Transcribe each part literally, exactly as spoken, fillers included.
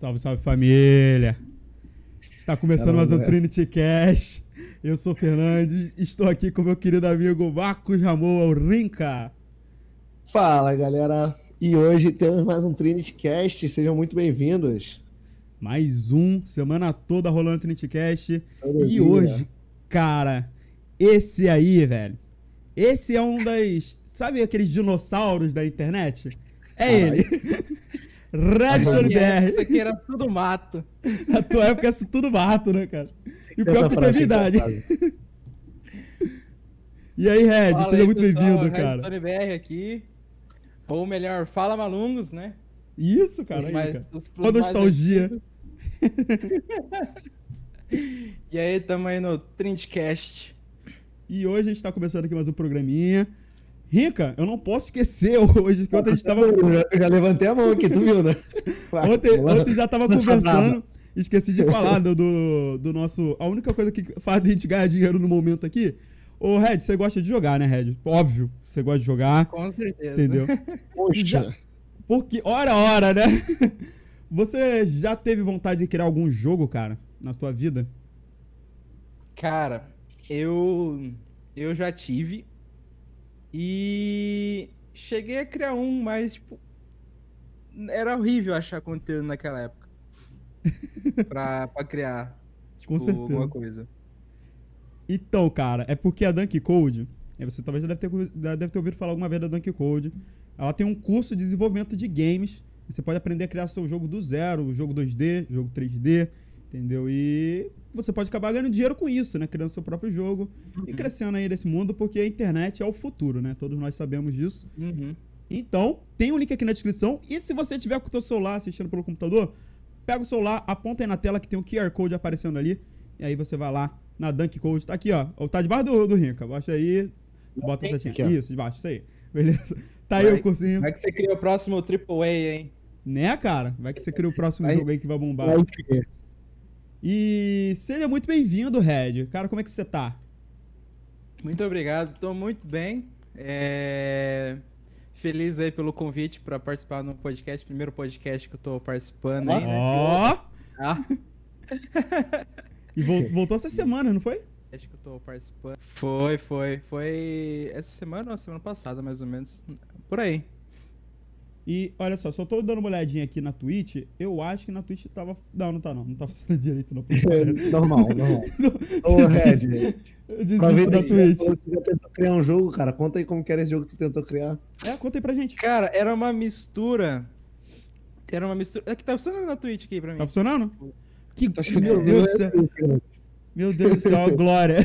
Salve, salve família! Está começando Caramba, mais um é. Trinity Cast. Eu sou o Fernandes, estou aqui com meu querido amigo Marcos Ramon, o Rinca. Fala, galera. E hoje temos mais um Trinity Cast. Sejam muito bem-vindos. Mais um, semana toda rolando Trinity Cast. Todo E dia. hoje, cara, esse aí, velho, esse é um das... Sabe aqueles dinossauros da internet? É Caralho. ele. Redstone B R. Isso aqui era tudo mato. Na tua época é tudo mato, né, cara? E o pior Essa é que tu frase teve idade. engraçada. E aí, Red, Fala seja aí, muito pessoal, bem-vindo, cara. Redstone B R aqui. Ou melhor, Fala Malungos, né? Isso, cara. Aí, Mas cara. pros Uma mais nostalgia. antigos. E aí, tamo aí no Trindcast. E hoje a gente tá começando aqui mais um programinha. Rica, eu não posso esquecer hoje que ontem a gente tava... Eu já, eu já levantei a mão aqui, tu viu, né? Ontem, ontem já tava Não conversando, esqueci de falar do, do, do nosso... A única coisa que faz a gente ganhar dinheiro no momento aqui... Ô, Red, você gosta de jogar, né, Red? Óbvio, você gosta de jogar, Com certeza. entendeu? Poxa. Já- Porque, ora, ora, né? Você já teve vontade de criar algum jogo, cara, na sua vida? Cara, eu eu já tive e cheguei a criar um, mas tipo era horrível achar conteúdo naquela época pra, pra criar tipo, Com certeza. alguma coisa. Então, cara, é porque a Dunk Code, é, você talvez já deve ter, já deve ter ouvido falar alguma vez da Dunk Code, ela tem um curso de desenvolvimento de games, você pode aprender a criar seu jogo do zero, jogo dois D, jogo três D, entendeu? E você pode acabar ganhando dinheiro com isso, né? Criando seu próprio jogo e Uhum. crescendo aí nesse mundo, porque a internet é o futuro, né? Todos nós sabemos disso. Uhum. Então, tem um link aqui na descrição. E se você tiver com o teu celular assistindo pelo computador, pega o celular, aponta aí na tela que tem um Q R Code aparecendo ali. E aí você vai lá na Dunk Code. Tá aqui, ó. Tá debaixo do, do Rinca. Baixa aí. Bota a setinha. Aqui, ó. Isso, debaixo. Isso aí. Beleza. Tá aí Vai- o cursinho. Como é que você cria o próximo Triple A, hein? Né, cara? Vai que você cria o próximo Vai- jogo aí que vai bombar. Vai que- E seja muito bem-vindo, Red. Cara, como é que você tá? Muito obrigado, tô muito bem. É, Feliz aí pelo convite para participar no podcast, primeiro podcast que eu tô participando aí, né? Ó! Ah, E vol- voltou essa semana, não foi? acho que eu tô participando. Foi, foi, foi essa semana ou semana passada, mais ou menos. Por aí. E olha só, só tô dando uma olhadinha aqui na Twitch. Eu acho que na Twitch tava. Não, não tá não. Não tá funcionando direito, não. Normal, normal. Ô, Desisto. Red, Eu desisto aproveita da que Twitch. tu já tentou criar um jogo, cara. Conta aí como que era esse jogo que tu tentou criar. É, conta aí pra gente. Cara, era uma mistura. Era uma mistura. É que tá funcionando na Twitch aqui pra mim. Tá funcionando? Que... Tá achando Meu que Deus não do é céu. tu, cara. Meu Deus do céu, glória.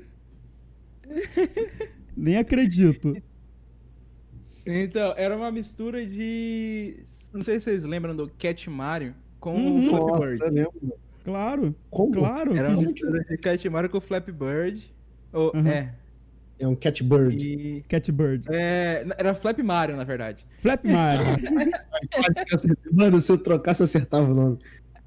Nem acredito. Então, era uma mistura de. Não sei se vocês lembram do Cat Mario com Uhum. o Flappy Nossa, Bird. eu lembro. Claro. Como? Claro. Era que uma ju- mistura de Cat Mario com o Flappy Bird. Oh, Aham. É. É um Catbird. E. Catbird. É, era Flappy Mario, na verdade. Flap Mario. Mano, se eu trocasse, eu acertava o nome.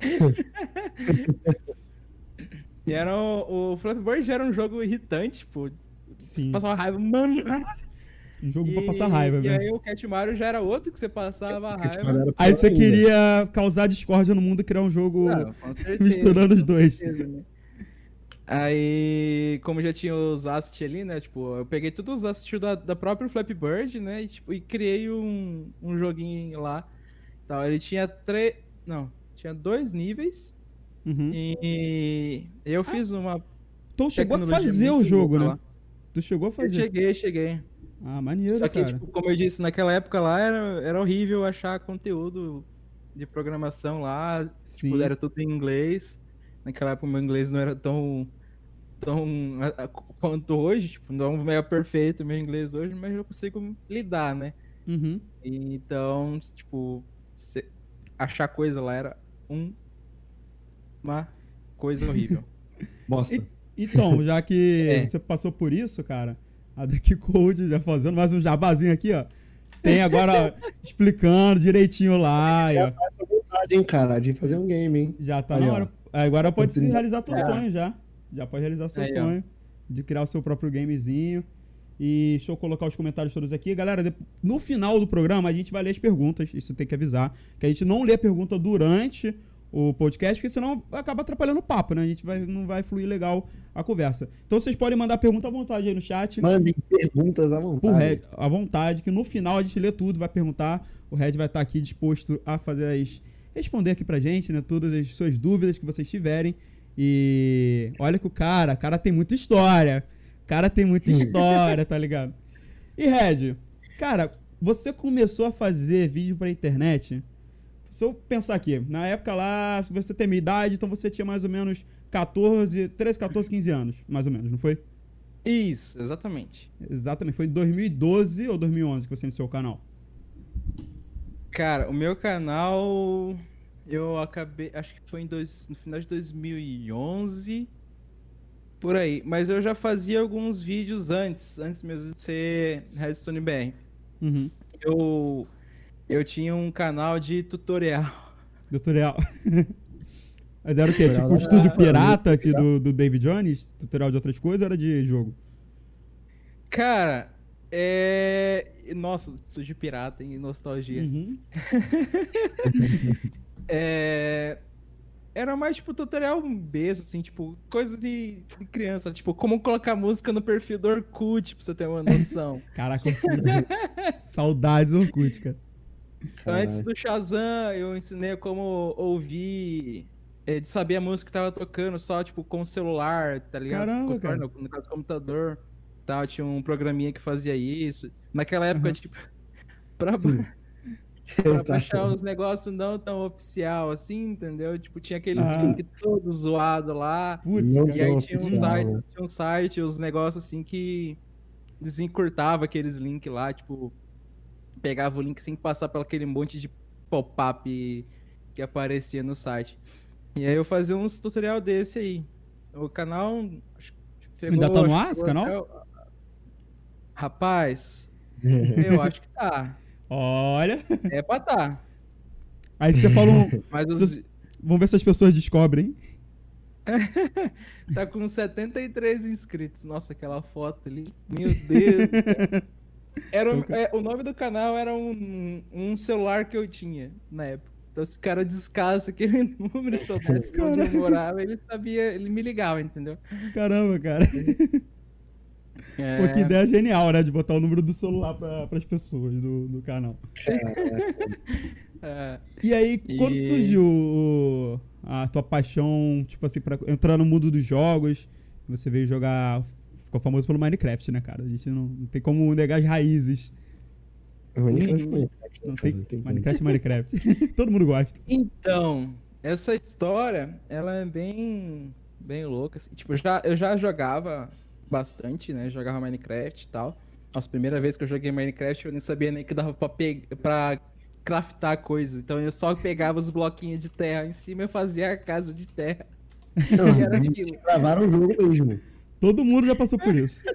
E era o, o Flappy Bird era um jogo irritante, tipo, Sim. passava raiva, mano. Um jogo pra E- passar raiva, E velho. aí o Cat Mario já era outro que você passava Catbird raiva. era Aí pior você ainda. queria causar discórdia no mundo e criar um jogo Não, com certeza, misturando os com dois. certeza, né? Aí, como já tinha os assets ali, né? Tipo, eu peguei todos os assets da, da própria Flappy Bird, né? E, tipo, e criei um, um joguinho lá. Tal. Ele tinha três. Não, tinha dois níveis. Uhum. E eu fiz uma. Tu chegou a tecnologia fazer o muito jogo, louca né? lá. Tu chegou a Eu fazer. cheguei, cheguei. Ah, maneiro, Só que, cara. tipo, como eu disse, naquela época lá era, era horrível achar conteúdo de programação lá. Sim. Tipo, era tudo em inglês. Naquela época o meu inglês não era tão, tão a- a- quanto hoje. Tipo, não é perfeito o meu inglês hoje, mas eu consigo lidar, né? Uhum. E então, tipo, cê- achar coisa lá era um, uma coisa horrível. Bosta. E- Então, já que É. você passou por isso, cara, a Duck Code já fazendo mais um jabazinho aqui, ó. Tem agora explicando direitinho lá, e, ó. Já tá essa vontade, hein, cara, de fazer um game, hein. Já tá Aí, na ó. hora. Agora pode se Oportunidade. realizar teu É. sonho já. Já pode realizar seu Aí, ó. sonho de criar o seu próprio gamezinho. E deixa eu colocar os comentários todos aqui. Galera, de- no final do programa a gente vai ler as perguntas. Isso tem que avisar. Que a gente não lê a pergunta durante o podcast, porque senão acaba atrapalhando o papo, né? A gente vai, não vai fluir legal a conversa. Então vocês podem mandar pergunta à vontade aí no chat. Mandem perguntas à vontade. Pro Red, à vontade, que no final a gente lê tudo, vai perguntar. O Red vai estar aqui disposto a fazer as... responder aqui pra gente, né? Todas as suas dúvidas que vocês tiverem. E olha que o cara, o cara tem muita história. O cara tem muita história, tá ligado? E Red, cara, você começou a fazer vídeo pra internet... Se eu pensar aqui, na época lá, você tem minha idade, então você tinha mais ou menos catorze, treze, catorze, quinze anos, mais ou menos, não foi? Isso, exatamente. Exatamente, foi em dois mil e doze ou dois mil e onze que você iniciou o canal? Cara, o meu canal, eu acabei, acho que foi em dois, no final de dois mil e onze, por aí. Mas eu já fazia alguns vídeos antes, antes mesmo de ser Redstone B R. Uhum. Eu... Eu tinha um canal de tutorial. Tutorial. Mas era o quê? Tutorial Tipo um da- estúdio pirata da- aqui do, do David Jones? Tutorial de outras coisas ou era de jogo? Cara, é... Nossa, sou de pirata, hein? Nostalgia. Uhum. É... Era mais, tipo, tutorial besta, assim, tipo, coisa de, de criança. Tipo, como colocar música no perfil do Orkut, pra você ter uma noção. Caraca, Orkut. Saudades do Orkut, cara. Antes do Shazam, eu ensinei como ouvir, é, de saber a música que tava tocando só, tipo, com o celular, tá ligado? Caramba, Com o celular, cara. não, no caso do computador, tal, tinha um programinha que fazia isso. Naquela época, Uhum. tipo, pra, pra Tá. baixar uns negócios não tão oficial assim, entendeu? Tipo, tinha aqueles Ah. links todos zoados lá. Putz, Não E cara. aí tinha um oficial, site, né? tinha um site, os negócios assim que desencurtava aqueles links lá, tipo, pegava o link sem passar por aquele monte de pop-up que aparecia no site. E aí eu fazia uns tutorial desse aí. O canal acho que pegou, Ainda tá no acho ar que esse pegou canal? até o- Rapaz, eu acho que tá. Olha. É pra tá. Aí você falou. um- Mas os... Vamos ver se as pessoas descobrem. tá com setenta e três inscritos. Nossa, aquela foto ali. Meu Deus. Era, um- Então, é, o nome do canal era um, um celular que eu tinha na época. Então, se o cara descassa aquele número e soubesse onde eu morava, ele sabia, ele me ligava, entendeu? Caramba, cara. É, Pô, que ideia genial, né? De botar o número do celular pra, pras pessoas do, do canal. é, E aí, quando E- surgiu o- a tua paixão, tipo assim, pra entrar no mundo dos jogos, você veio jogar, ficou famoso pelo Minecraft, né, cara? A gente não, não tem como negar as raízes. Minecraft, Minecraft, Não cara, tem, tem como. Minecraft é Minecraft. Todo mundo gosta. Então, essa história, ela é bem, bem louca, assim. Tipo, eu já, eu já jogava bastante, né? Jogava Minecraft e tal. Nossa, a primeira vez que eu joguei Minecraft, eu nem sabia nem que dava pra, pe... pra craftar coisas. Então eu só pegava os bloquinhos de terra em cima e fazia a casa de terra. Não, E era a gente aquilo. gravaram o jogo mesmo. Todo mundo já passou por isso.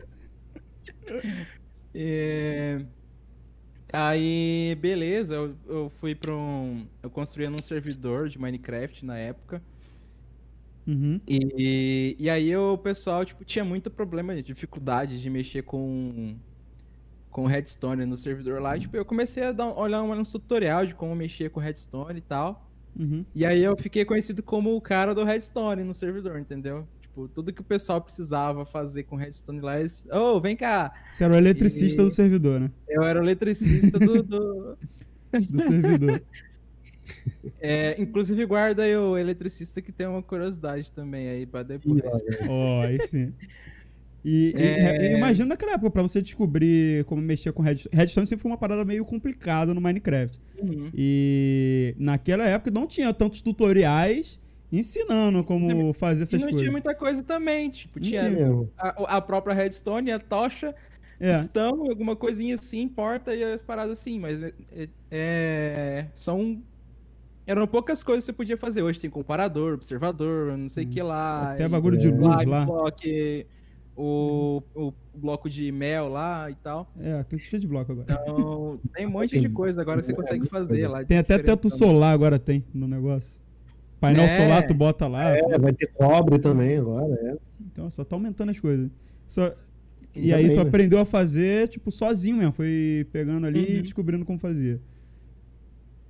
É, Aí, beleza, eu, eu fui pra um... Eu construía num servidor de Minecraft na época. Uhum. E, e aí o pessoal, tipo, tinha muito problema, de dificuldade de mexer com com Redstone no servidor lá. E, tipo, eu comecei a dar, um- olhar um, uns tutorial de como mexer com Redstone e tal. Uhum. E aí eu fiquei conhecido como o cara do Redstone no servidor, entendeu? Tipo, tudo que o pessoal precisava fazer com Redstone lá, eles... Ô, vem cá! Você era o eletricista E- do servidor, né? Eu era o eletricista do... do- Do servidor. É, inclusive, guarda aí o eletricista que tem uma curiosidade também aí pra depois. Ó, aí sim. E, e- É. e imagina naquela época, pra você descobrir como mexer com Redstone. Redstone sempre foi uma parada meio complicada no Minecraft. Uhum. E naquela época não tinha tantos tutoriais ensinando como fazer E essas não coisas. tinha muita coisa também, tipo, Não tinha tinha. mesmo. a, a própria Redstone, a tocha, É. pistão, alguma coisinha assim, porta e as paradas assim, mas é, é- é- são... Eram poucas coisas que você podia fazer. Hoje tem comparador, observador, não sei o que lá. Até e bagulho de luz live lá. block, o, o bloco de mel lá e tal. É, tô cheio de bloco agora. Então, tem um monte de coisa agora que você consegue fazer lá. Tem até teto diferentão. solar agora, tem no negócio. Painel É. solar tu bota lá. É, vai ter cobre também agora, é. Então só tá aumentando as coisas. Só... E aí tu bem, né? aprendeu a fazer, tipo, sozinho mesmo. Foi pegando ali e Uhum. descobrindo como fazia.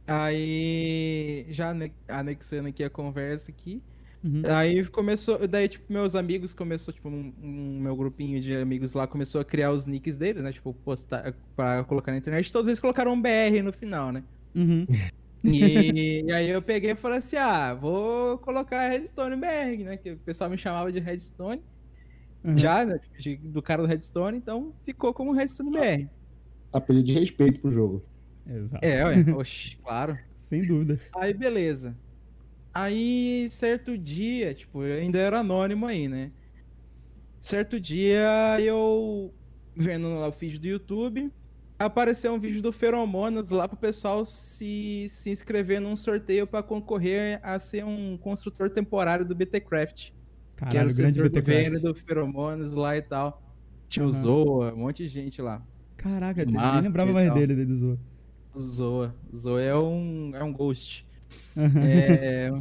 Aí, já ane- anexando aqui a conversa aqui, Uhum. aí começou, daí, tipo, meus amigos começou, tipo, um, um- meu grupinho de amigos lá começou a criar os nicks deles, né, tipo, postar, pra colocar na internet, todos eles colocaram um B R no final, né. Uhum. E, e aí eu peguei e falei assim, ah, vou colocar Redstone B R, né, que o pessoal me chamava de Redstone, Uhum. já, né, tipo, de- do cara do Redstone, então ficou como Redstone B R. Apelido de respeito pro jogo. Exato. É, ué, oxe, claro. Sem dúvida. Aí, beleza. Aí, certo dia, tipo, eu ainda era anônimo aí, né? Certo dia, eu vendo lá o feed do YouTube, apareceu um vídeo do Feromonas lá pro pessoal se, se inscrever num sorteio pra concorrer a ser um construtor temporário do B T Craft, que era o Caralho, grande servidor do V N BTcraft. do Feromonas lá e tal. Tinha o Aham. Zoa, um monte de gente lá. Caraca, O nem Master lembrava e mais tal. dele, dele zoou. O Zoa. O Zoa é um, é um ghost. Aham. É,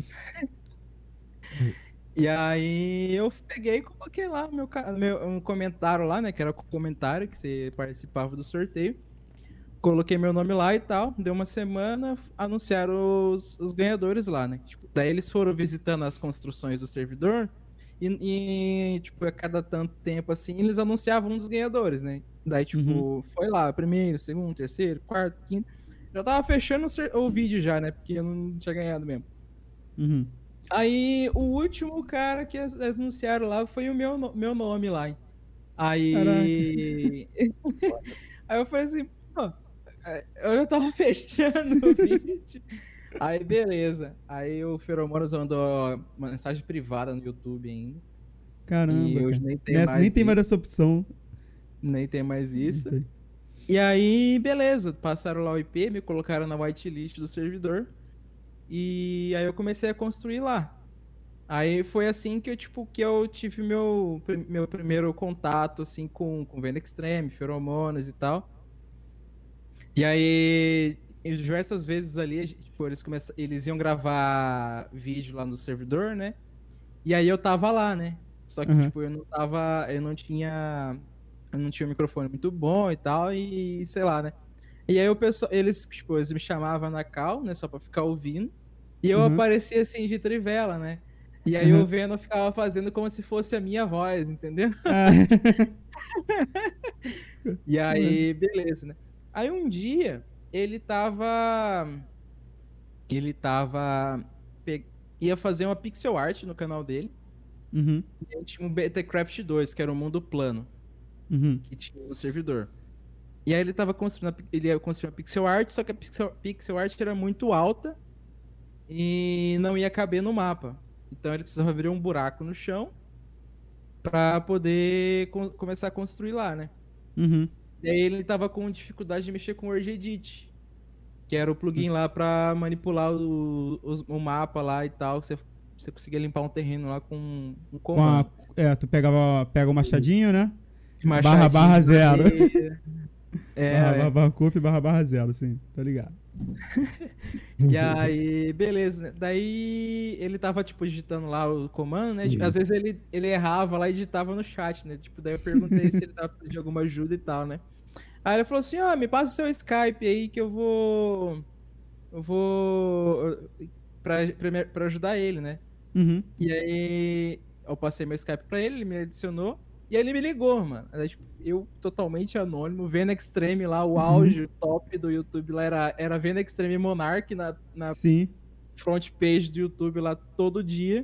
e aí eu peguei e coloquei lá meu, ca- meu, um comentário lá, né? Que era o comentário que você participava do sorteio. Coloquei meu nome lá e tal. Deu uma semana, anunciaram os, os ganhadores lá, né? Tipo, daí eles foram visitando as construções do servidor e, e, tipo, a cada tanto tempo assim, eles anunciavam um dos ganhadores, né? Daí, tipo, Uhum. foi lá, primeiro, segundo, terceiro, quarto, quinto. Já tava fechando o, ser- o vídeo já, né? Porque eu não tinha ganhado mesmo. Uhum. Aí, o último cara que as- anunciaram lá foi o meu, no- meu nome lá. Hein? Caraca. Aí. Aí eu falei assim, pô, é, eu já tava fechando o vídeo. Aí, beleza. Aí o Feromonas mandou uma mensagem privada no YouTube ainda. E Caramba, hoje cara. nem tem Nessa- mais nem tem mais isso. essa opção. Nem tem mais Não isso. tem. E aí, beleza. Passaram lá o I P, me colocaram na whitelist do servidor. E aí eu comecei a construir lá. Aí foi assim que eu, tipo, que eu tive meu, pri- meu primeiro contato, assim, com, com Venda Extreme, feromonas e tal. E aí, em diversas vezes ali, a gente, tipo, eles, começam, eles iam gravar vídeo lá no servidor, né? E aí eu tava lá, né? Só que, Aham. tipo, eu não tava, eu não tinha, eu não tinha um microfone muito bom e tal, e sei lá, né? E aí o pessoal, eles, tipo, eles me chamavam na call, né, só pra ficar ouvindo, e eu Uhum. aparecia assim de trivela, né? E aí o Aham. Venom ficava fazendo como se fosse a minha voz, entendeu? Ah. E Ué. aí, beleza, né? Aí um dia, ele tava, ele tava, pe- ia fazer uma pixel art no canal dele, Uhum. e aí tinha um BTCraft dois, que era um mundo plano, Uhum. que tinha no servidor. E aí ele tava construindo, a- ele ia construir uma pixel art, só que a pixel, pixel art era muito alta e não ia caber no mapa. Então ele precisava abrir um buraco no chão pra poder co- começar a construir lá, né? Uhum. E aí ele tava com dificuldade de mexer com o Urgedit, que era o plugin lá pra manipular o, os- o mapa lá e tal. Você, você conseguia limpar um terreno lá com um Com a, comando. é, tu pegava, pega o machadinho, né? De Barra, machadinho barra, de zero. madeira. É, Barra, é. barra, barra, cup, barra, barra, zero, sim. Tá ligado. E aí, beleza, né? Daí ele tava, tipo, digitando lá o comando, né? Uhum. Às vezes ele, ele errava lá e digitava no chat, né? Tipo, daí eu perguntei se ele tava precisando de alguma ajuda e tal, né? Aí ele falou assim, ó, me passa o seu Skype aí que eu vou... Eu vou... Pra, pra, pra ajudar ele, né? Uhum. E aí eu passei meu Skype pra ele, ele me adicionou. E aí ele me ligou, mano. Aí, tipo, eu totalmente anônimo, vendo Extreme lá, o auge, o top do YouTube lá era, era vendo Extreme Monarch na, na Sim. front page do YouTube lá todo dia.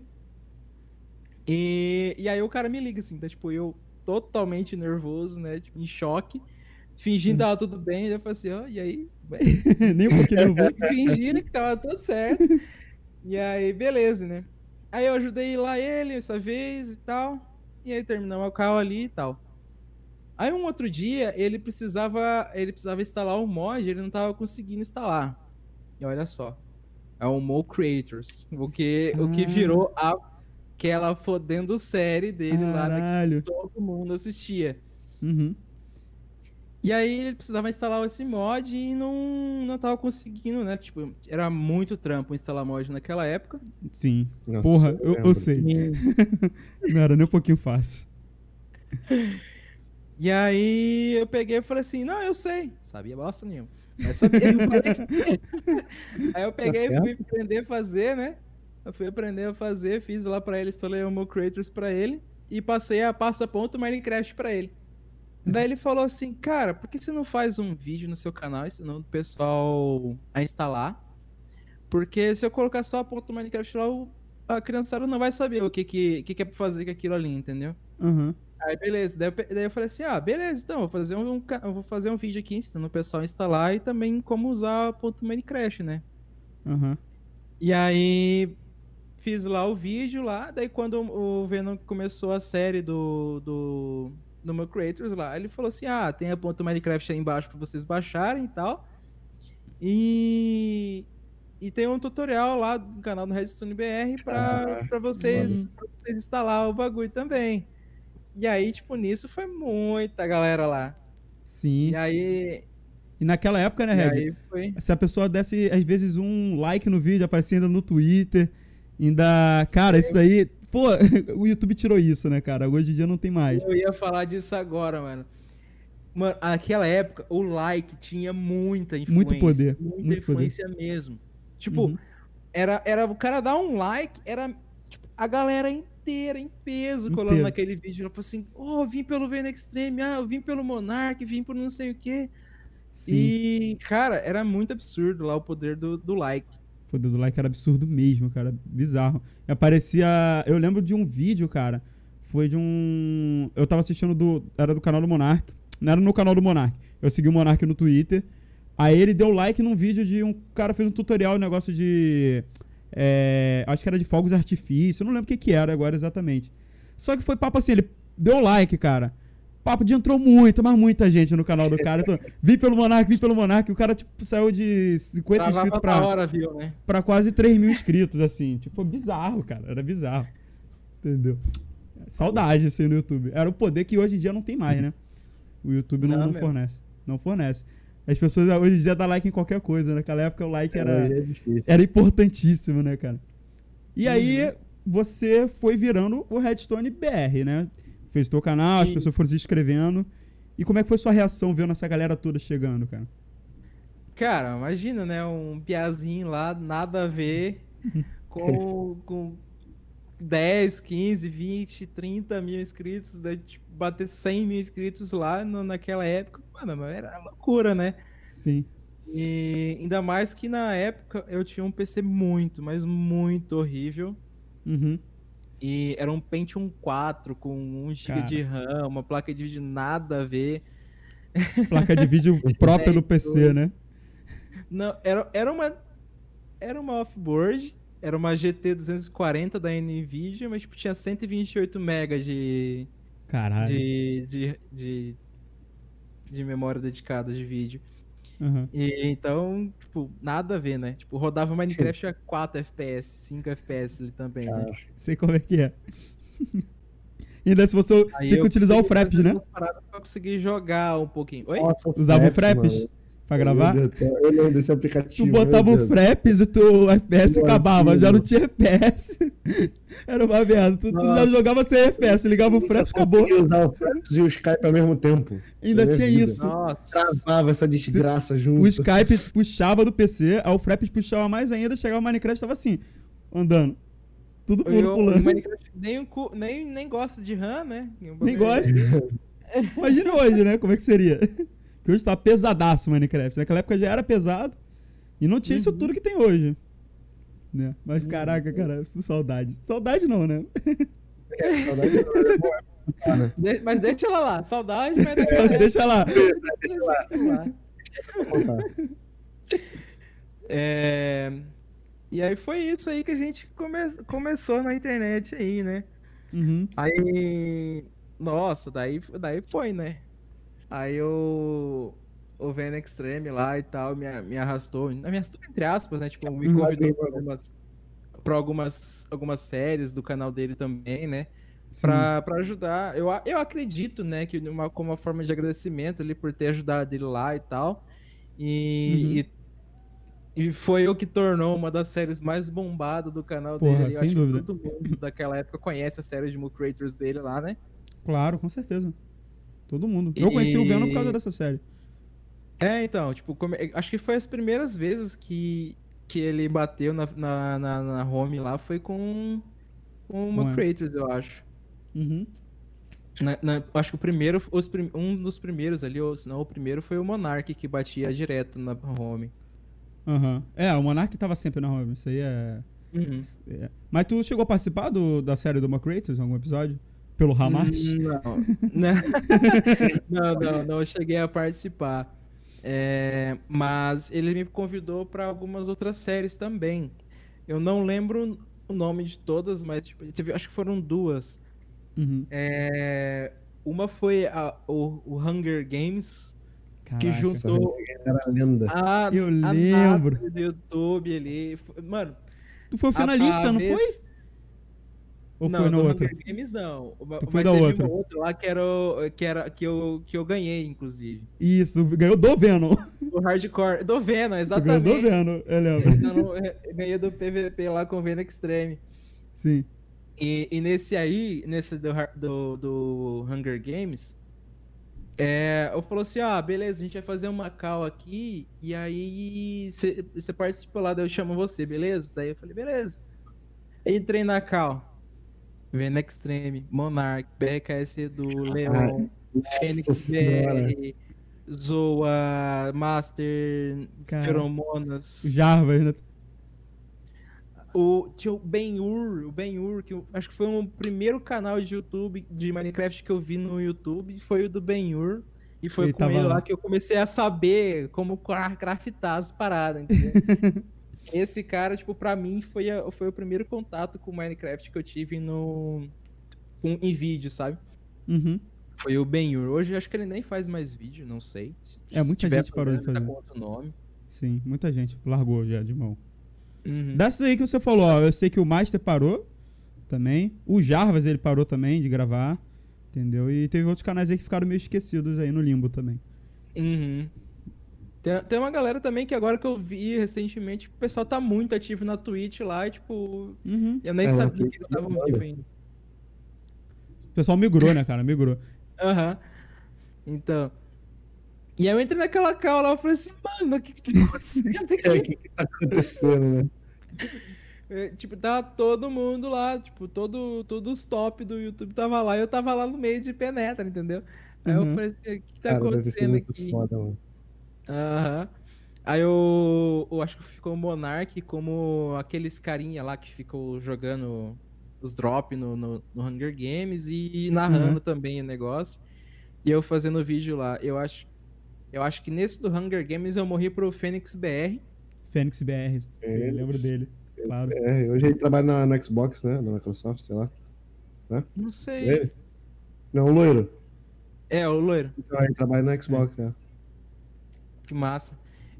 E, e aí o cara me liga, assim, tá, tipo, eu totalmente nervoso, né? Tipo, em choque, fingindo que tava tudo bem. Eu falei assim, ó, e aí, tudo bem? Nem um pouquinho nervoso. Fingindo que tava tudo certo. E aí, beleza, né? Aí eu ajudei lá ele essa vez e tal. E aí terminamos o carro ali e tal. Aí um outro dia ele precisava, ele precisava instalar um mod, ele não tava conseguindo instalar. E olha só, é o Mo Creators, o que, o que virou a, aquela fodendo série dele lá, né, que Caralho. todo mundo assistia. Uhum. E aí ele precisava instalar esse mod e não, não tava conseguindo, né? Tipo, era muito trampo instalar mod naquela época. Sim. Nossa, Porra, eu eu, eu lembro. sei. E, Não era nem um pouquinho fácil. e aí eu peguei e falei assim, não, eu sei. Sabia bosta nenhuma. Mas só que eu não falei que- Aí eu peguei Tá e fui aprender a fazer, né? Eu fui aprender a fazer, fiz lá pra ele, instalei o meu Creators pra ele e passei a passa-ponto Minecraft pra ele. Daí ele falou assim, cara, por que você não faz um vídeo no seu canal ensinando o pessoal a instalar? Porque se eu colocar só a ponto Minecraft lá, o- a criançada não vai saber o que, que, que, que é pra fazer com aquilo ali, entendeu? Aham. Aí beleza, daí eu, pe- daí eu falei assim, ah, beleza, então, eu vou fazer um, ca- eu vou fazer um vídeo aqui ensinando o pessoal a instalar e também como usar ponto Minecraft, né? Aham. E aí fiz lá o vídeo lá, daí quando o Venom começou a série do, do, do meu Creators lá, ele falou assim, ah, tem a ponto Minecraft aí embaixo pra vocês baixarem e tal. E, e tem um tutorial lá do canal do Redstone B R pra, Ah, pra vocês, pra vocês instalar o bagulho também. E aí, tipo, nisso foi muita galera lá. Sim. E aí, E naquela época, né, e Red? aí foi. Se a pessoa desse, às vezes, um like no vídeo, aparecia ainda no Twitter, ainda... Cara, isso aí... Pô, o YouTube tirou isso, né, cara? Hoje em dia não tem mais. Eu ia falar disso agora, mano. Mano, naquela época, o like tinha muita influência. Muito poder, Muita muito poder. influência mesmo. Tipo, Uhum. era, era o cara dar um like, era tipo, a galera inteira, em peso, colando Inteiro. naquele vídeo. Ela falou assim, oh, eu vim pelo Vayne Extreme, ah, eu vim pelo Monark, vim por não sei o quê. Sim. E, cara, era muito absurdo lá o poder do, do like. O poder do like era absurdo mesmo, cara. Bizarro. E aparecia... Eu lembro de um vídeo, cara. Foi de um... Eu tava assistindo do... Era do canal do Monark. Não era no canal do Monark. Eu segui o Monark no Twitter. Aí ele deu like num vídeo de um cara fez um tutorial, um negócio de... é, acho que era de fogos de artifício. Eu não lembro o que que era agora exatamente. Só que foi papo assim, ele deu like, cara. Papo de entrou muita, mas muita gente no canal do cara. Então, vim pelo Monark, vim pelo Monark. O cara, tipo, saiu de cinquenta Travava inscritos na pra, hora, viu, né? pra quase três mil inscritos, assim. Tipo, foi bizarro, cara. Era bizarro. Entendeu? Saudade, assim, no YouTube. Era o poder que hoje em dia não tem mais, né? O YouTube não, Não não mesmo. fornece. Não fornece. As pessoas hoje em dia dão like em qualquer coisa. Naquela época o like era, Hoje é difícil. era importantíssimo, né, cara? E aí, você foi virando o Redstone B R, né? Fez teu canal, as Sim. pessoas foram se inscrevendo. E como é que foi sua reação vendo essa galera toda chegando, cara? Cara, imagina, né? Um piazinho lá, nada a ver, com, com dez, quinze, vinte, trinta mil inscritos, daí, tipo, bater cem mil inscritos lá no- naquela época, mano, mas era loucura, né? Sim. E ainda mais que na época eu tinha um P C muito, mas muito horrível. Uhum. E era um Pentium quatro com um giga Cara. de RAM, uma placa de vídeo nada a ver. Placa de vídeo própria do P C, né? Não, era, era uma era uma off-board, era uma G T duzentos e quarenta da Nvidia, mas tipo, tinha cento e vinte e oito megas de, Caralho. de, de, de, de memória dedicada de vídeo. Uhum. E então, tipo, nada a ver, né? Tipo, rodava Minecraft a quatro F P S, cinco F P S ali também, né? Cara, Sei como é que é. Ainda se você Aí tinha que eu utilizar o consegui Fraps, fazer né? umas paradas pra conseguir jogar um pouquinho. Oi? nossa, Usava o Fraps mano. pra gravar? Meu Deus do céu, eu lembro desse aplicativo. Tu botava meu o Deus. Fraps e o teu F P S Meu acabava, Deus. já não tinha F P S. Era uma merda. Tu, tu já Nossa. jogava sem F P S, ligava o Fraps, Eu acabou. conseguia usar o Fraps e o Skype ao mesmo tempo. Ainda Na minha tinha vida. isso. Nossa. Travava essa desgraça junto. O Skype puxava do P C, aí o Fraps puxava mais ainda, chegava o Minecraft e tava assim, andando. Tudo Eu, puro o pulando. Minecraft nem, o cu- nem, nem gosta de RAM, né? Nem gosta. Imagina hoje, né? Como é que seria? Que hoje tá pesadaço o Minecraft. Naquela época já era pesado e não tinha isso Uhum. tudo que tem hoje. Né? Mas caraca, cara, saudade. Saudade não, né? De- mas deixa ela lá, saudade, mas deixa Só ela deixa lá. lá. É, E aí foi isso aí que a gente come... começou na internet aí, né? Uhum. Aí, nossa, daí, daí foi, né? Aí o, o Vayne Extreme lá e tal me, me arrastou, me arrastou entre aspas, né? Tipo, me Uhum. convidou pra algumas, pra algumas, algumas séries do canal dele também, né? Pra, pra ajudar. Eu, a- eu acredito, né, que uma, como uma forma de agradecimento ali por ter ajudado ele lá e tal. E, e, e foi o que tornou uma das séries mais bombadas do canal Porra, dele. Eu sem acho dúvida. que todo mundo daquela época conhece a série de Mu Creators dele lá, né? Claro, com certeza. Todo mundo. Eu conheci o Venom por causa E- dessa série. É, então, tipo, come- acho que foi as primeiras vezes que, que ele bateu na, na, na, na home lá, foi com, com uma Com a- Creators, eu acho. Uhum. Na- na- acho que o primeiro, os prim- um dos primeiros ali, ou se não, o primeiro foi o Monark que batia direto na home. Aham. É, o Monark tava sempre na home, isso aí é... Uhum. é- Mas tu chegou a participar do, da série do Creators em algum episódio? Pelo Hamas? Não. Não, não, não, não cheguei a participar. É, mas ele me convidou para algumas outras séries também. Eu não lembro o nome de todas, mas tipo, teve- acho que foram duas. Uhum. É, uma foi a- o, o Hunger Games, que Caraca. juntou Era lenda. a, Eu a lembro. nata do YouTube ali. Foi- Mano, Tu foi o a- finalista, a não vez- foi? Ou não, foi na do outra? Hunger Games não. Mas Tu foi da teve outra. uma outra lá que, era, o- que, era, que, eu, que eu ganhei, inclusive. Isso, ganhou do Venom. O Hardcore. Do Venom, Tu ganhou exatamente. do Venom, eu lembro. Então, eu ganhei do P V P lá com o Venom Extreme. Sim. E, e nesse aí, nesse do, Har- do, do Hunger Games, é, eu falou assim, ah, beleza, a gente vai fazer uma call aqui, e aí você participa lá, daí eu chamo você, beleza? Daí eu falei, beleza. Entrei na call. Venom Extreme, Monark, B K S Edu, Leon, Fênix Senhora. B R, Zoa, Master, Cara. Feromonas. O Jarvas, né? O, tinha o Ben-Hur, o Ben-Hur, que eu, acho que foi o primeiro canal de YouTube, de Minecraft que eu vi no YouTube, foi o do Ben-Hur. E foi Ele com tava ele lá lá. que eu comecei a saber como cra- craftar as paradas, entendeu? Esse cara, tipo, pra mim, foi, a- foi o primeiro contato com Minecraft que eu tive no, com, em vídeo, sabe? Uhum. Foi o Ben-Hur. Hoje eu acho que ele nem faz mais vídeo, não sei. Se, É, muita se tiver gente parou de fazendo, fazer. Tá com outro nome. Sim, muita gente largou já de mão. Uhum. Dessas aí que você falou, ó, eu sei que o Master parou também. O Jarvas, ele parou também de gravar. Entendeu? E teve outros canais aí que ficaram meio esquecidos aí no limbo também. Uhum. Tem, tem uma galera também que agora que eu vi recentemente, o pessoal tá muito ativo na Twitch lá e, tipo, Uhum. eu nem É, na sabia Twitch que eles estavam olha. vivos ainda. O pessoal migrou, né, cara? Migrou. Aham. Então. E aí eu entrei naquela call lá e falei assim, mano, o que que tá acontecendo É, o aqui? que que tá acontecendo, né? É, tipo, tá todo mundo lá, tipo, todo, todos os top do YouTube tava lá e eu tava lá no meio de penetra, entendeu? Aí eu Uhum. falei assim, o que que tá Cara, deve ter sido acontecendo muito aqui? foda, mano. Aham. Aí eu, eu acho que ficou o Monark como aqueles carinha lá que ficam jogando os drop no, no, no Hunger Games e narrando Uhum. também o negócio. E eu fazendo vídeo lá. Eu acho, eu acho que nesse do Hunger Games eu morri pro Fênix B R. Fênix B R, sim, Fênix. lembro dele. Claro. É, hoje ele trabalha na, na Xbox, né? Na Microsoft, sei lá. Não sei. Ele? Não, o loiro. É, o loiro. Então, ele trabalha na Xbox, né? Que massa.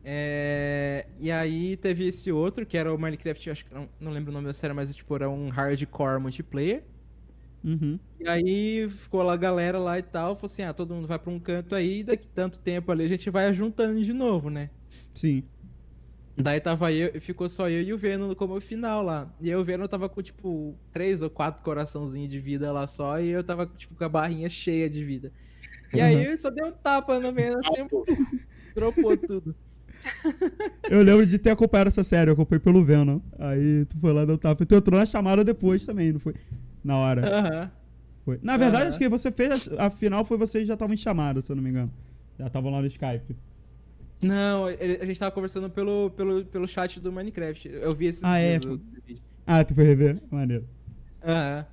É, E aí teve esse outro, que era o Minecraft, acho que não, não lembro o nome da série, mas tipo, era um hardcore multiplayer. Uhum. E aí ficou lá a galera lá e tal, falou assim, ah, todo mundo vai pra um canto aí, daqui tanto tempo ali a gente vai juntando de novo, né? Sim. Daí tava eu, ficou só eu e o Venom como final lá. E aí o Venom tava com, tipo, três ou quatro coraçãozinhos de vida lá só, e eu tava, tipo, com a barrinha cheia de vida. E aí eu só dei um tapa no Venom, assim, dropou tudo. Eu lembro de ter acompanhado essa série, eu acompanhei pelo Venom. Aí tu foi lá, deu tapa. Tu entrou na chamada depois também, não foi? Na hora. Aham. Foi. Na verdade, Aham. acho que você fez, a, a final foi vocês já estavam em chamada, se eu não me engano. Já estavam lá no Skype. Não, ele- a gente tava conversando pelo, pelo, pelo chat do Minecraft. Eu vi esses Ah, é, dias foi- o vídeo. Ah, tu foi rever? Maneiro. Aham.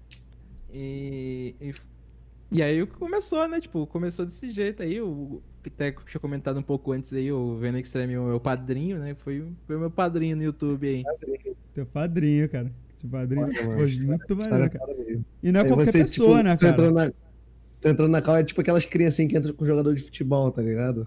E, e, e aí começou, né? Tipo, começou desse jeito aí. O que até tinha comentado um pouco antes aí, o Venom Extreme, o meu padrinho, né? Foi, o- foi o meu padrinho no YouTube aí. Teu padrinho, cara. Teu padrinho. Olha, mano, Pô, história- muito história maneiro, cara. foda mesmo. E não é Aí qualquer você, pessoa, tipo, né, tu cara? entrando na, tu entrando na cal é tipo aquelas criancinhas que entram com jogador de futebol, tá ligado?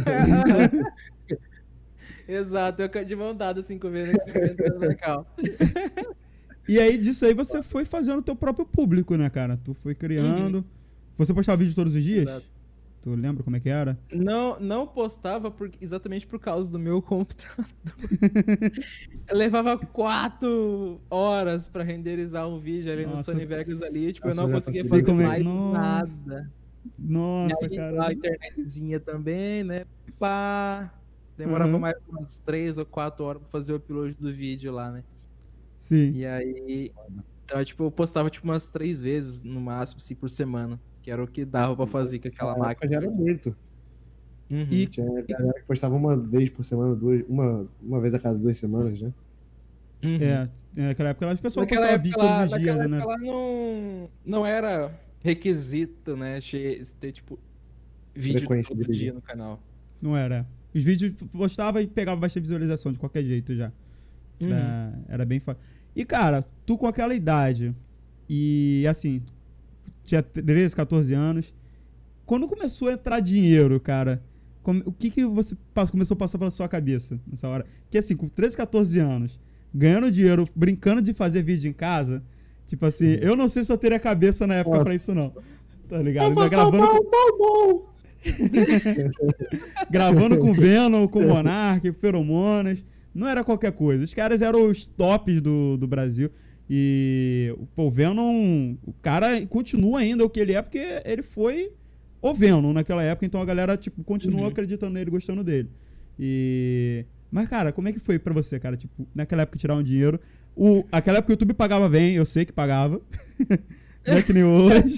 Exato, eu de mão dada assim com o Venom Extreme entrando na cal. E aí, disso aí, você foi fazendo o teu próprio público, né, cara? Tu foi criando. Você postava vídeo todos os dias? Exato. Tu lembra como é que era? Não, não postava por, exatamente por causa do meu computador. Eu levava quatro horas pra renderizar um vídeo ali no Nossa, Sony Vegas ali, tipo, eu nossa, não já conseguia consegui fazer como é- mais Nossa. nada. Nossa, e aí, cara. a internetzinha também, né? Pá. Demorava Uhum. mais umas três ou quatro horas pra fazer o upload do vídeo lá, né? Sim. E aí. Então, tipo, eu postava tipo umas três vezes no máximo, assim, por semana. Que era o que dava pra fazer com aquela Na época máquina. já era muito. Uhum. E, Tinha galera que postava uma vez por semana, duas, uma, uma vez a cada duas semanas, né? Uhum. é, naquela época as pessoas Naquela postavam época, vídeo todos lá, os dias, naquela né? época lá não, não era requisito, né? che- Ter, tipo, vídeo Frequência de todo dia vídeo. no canal. Não era. Os vídeos postava e pegava bastante visualização de qualquer jeito já. Uhum. Era, era bem fácil. E, cara, tu com aquela idade e, assim, tinha treze, quatorze anos. Quando começou a entrar dinheiro, cara, como- o que que você passou- começou a passar pela sua cabeça nessa hora? Que, assim, com treze, quatorze anos, ganhando dinheiro, brincando de fazer vídeo em casa, tipo assim, eu não sei se eu teria cabeça na época Nossa. pra isso, não. Tá ligado? Ainda gravando com, gravando com Venom, com Monark, com Feromonas. Não era qualquer coisa. Os caras eram os tops do, do Brasil. E pô, o Venom, o cara continua ainda o que ele é, porque ele foi o Venom naquela época. Então a galera tipo, continua Uhum. acreditando nele, gostando dele. E... Mas, cara, como é que foi pra você, cara? Tipo, naquela época tirar um dinheiro. O... Aquela época o YouTube pagava bem, eu sei que pagava. Não é que nem hoje.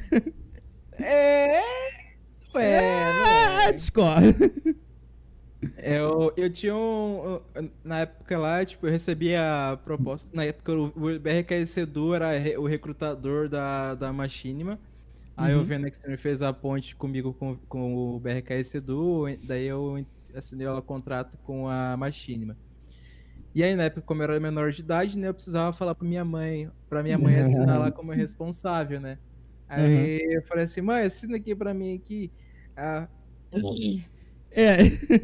É. Ué, Ah, discordo. Eu, eu tinha um. Na época lá, tipo, eu recebia a proposta. Na época, o o B R K S Edu era re- o recrutador da, da Machinima. Aí Uhum. o Venex fez a ponte comigo com, com o B R K S Edu. Daí eu assinei o contrato com a Machinima. E aí, na época, como eu era menor de idade, né, eu precisava falar pra minha mãe, pra minha mãe assinar lá como responsável, né? Aí eu falei assim, mãe, assina aqui pra mim aqui. Ah, É.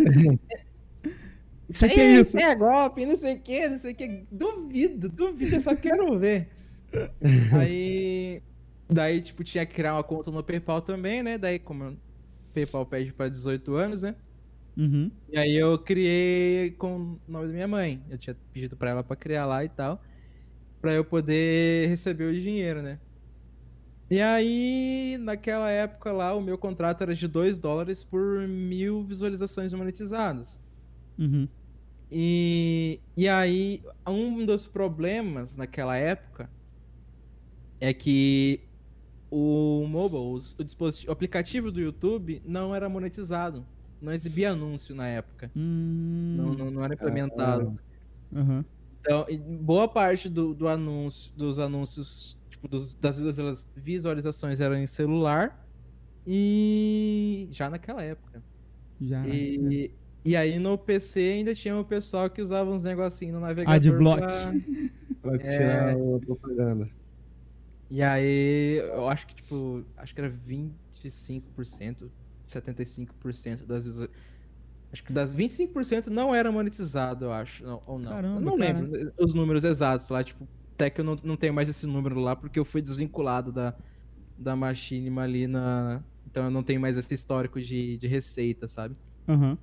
Isso Que que é aí, isso? é golpe, não sei o que, não sei o que. Duvido, duvido, eu só quero ver. Aí, daí, tipo, tinha que criar uma conta no PayPal também, né? Daí, como o PayPal pede pra dezoito anos, né? Uhum. E aí eu criei com o nome da minha mãe. Eu tinha pedido pra ela pra criar lá e tal, pra eu poder receber o dinheiro, né? E aí, naquela época lá, o meu contrato era de dois dólares por mil visualizações monetizadas. Uhum. E, e aí, um dos problemas naquela época é que o mobile, os- o, dispositivo, o aplicativo do YouTube não era monetizado. Não exibia anúncio na época. Não, Hum. não, não era implementado. Aham. Então, e boa parte do, do anúncio, dos anúncios, tipo, dos- das visualiza- visualizações eram em celular. E já naquela época. Já. é. E, e aí no P C ainda tinha o pessoal que usava uns negocinhos no navegador Adblock. pra... Pra É. tirar a propaganda. E aí eu acho que tipo, acho que era vinte e cinco por cento, setenta e cinco por cento das visualizações. Acho que das vinte e cinco por cento não era monetizado, eu acho, não, ou não. Caramba, eu não cara. lembro os números exatos lá, tipo, até que eu não, não tenho mais esse número lá porque eu fui desvinculado da, da Machinima ali na... Então eu não tenho mais esse histórico de, de receita, sabe? Aham.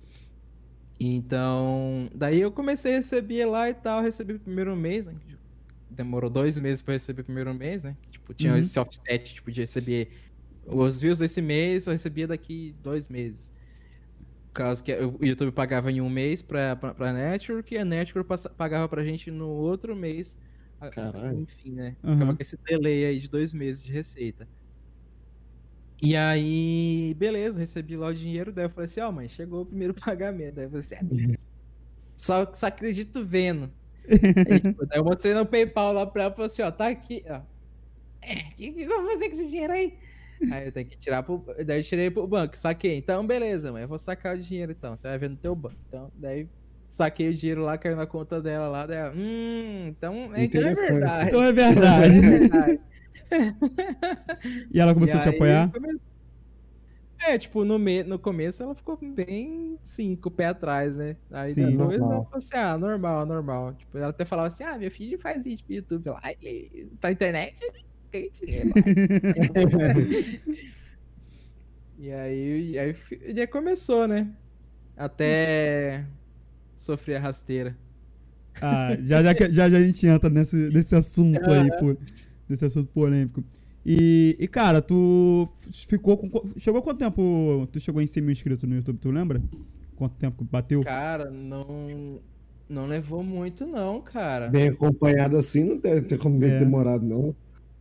Então, daí eu comecei a receber lá e tal, recebi o primeiro mês, né? Demorou dois meses pra receber o primeiro mês, né? Tipo, tinha Uhum. esse offset, tipo, de receber os views desse mês, eu recebia daqui dois meses. Por causa que o YouTube pagava em um mês pra, pra, pra Network e a Network passa- pagava pra gente no outro mês. A- Caralho. Enfim, né? Aham. Ficava com esse delay aí de dois meses de receita. E aí, beleza, recebi lá o dinheiro, daí eu falei assim, ó, mãe, chegou o primeiro pagamento. Daí eu falei assim, ah, só, só acredito vendo. Aí, tipo, daí eu mostrei no PayPal lá pra ela e falei assim, ó, tá aqui, ó. É, o que, que eu vou fazer com esse dinheiro aí? Aí eu tenho que tirar pro... Daí eu tirei pro banco, saquei. Então, beleza, mãe, eu vou sacar o dinheiro então. Você vai ver no teu banco. Então, daí saquei o dinheiro lá, caiu na conta dela lá. Daí ela, hum, então, então é Interessante. verdade. Então é verdade. É verdade. E ela começou E a te aí, apoiar? come- É, tipo, no, me... no começo ela ficou bem, sim, com o pé atrás, né? Aí Sim. depois ela Normal. falou assim, ah, normal, normal. Tipo, ela até falava assim, ah, meu filho faz vídeo pro YouTube lá, ele tá na internet, ganha dinheiro. E aí, e aí fi- já começou, né? Até sofrer a rasteira. Ah, já, já, que- já, já a gente entra nesse, nesse assunto aí, pô, nesse assunto polêmico. E, e, cara, tu ficou com... qu- Chegou quanto tempo tu chegou em cem mil inscritos no YouTube, tu lembra? Quanto tempo que bateu? Cara, não, não levou muito não, cara. Bem acompanhado assim, não deve ter como ter É. demorado, não.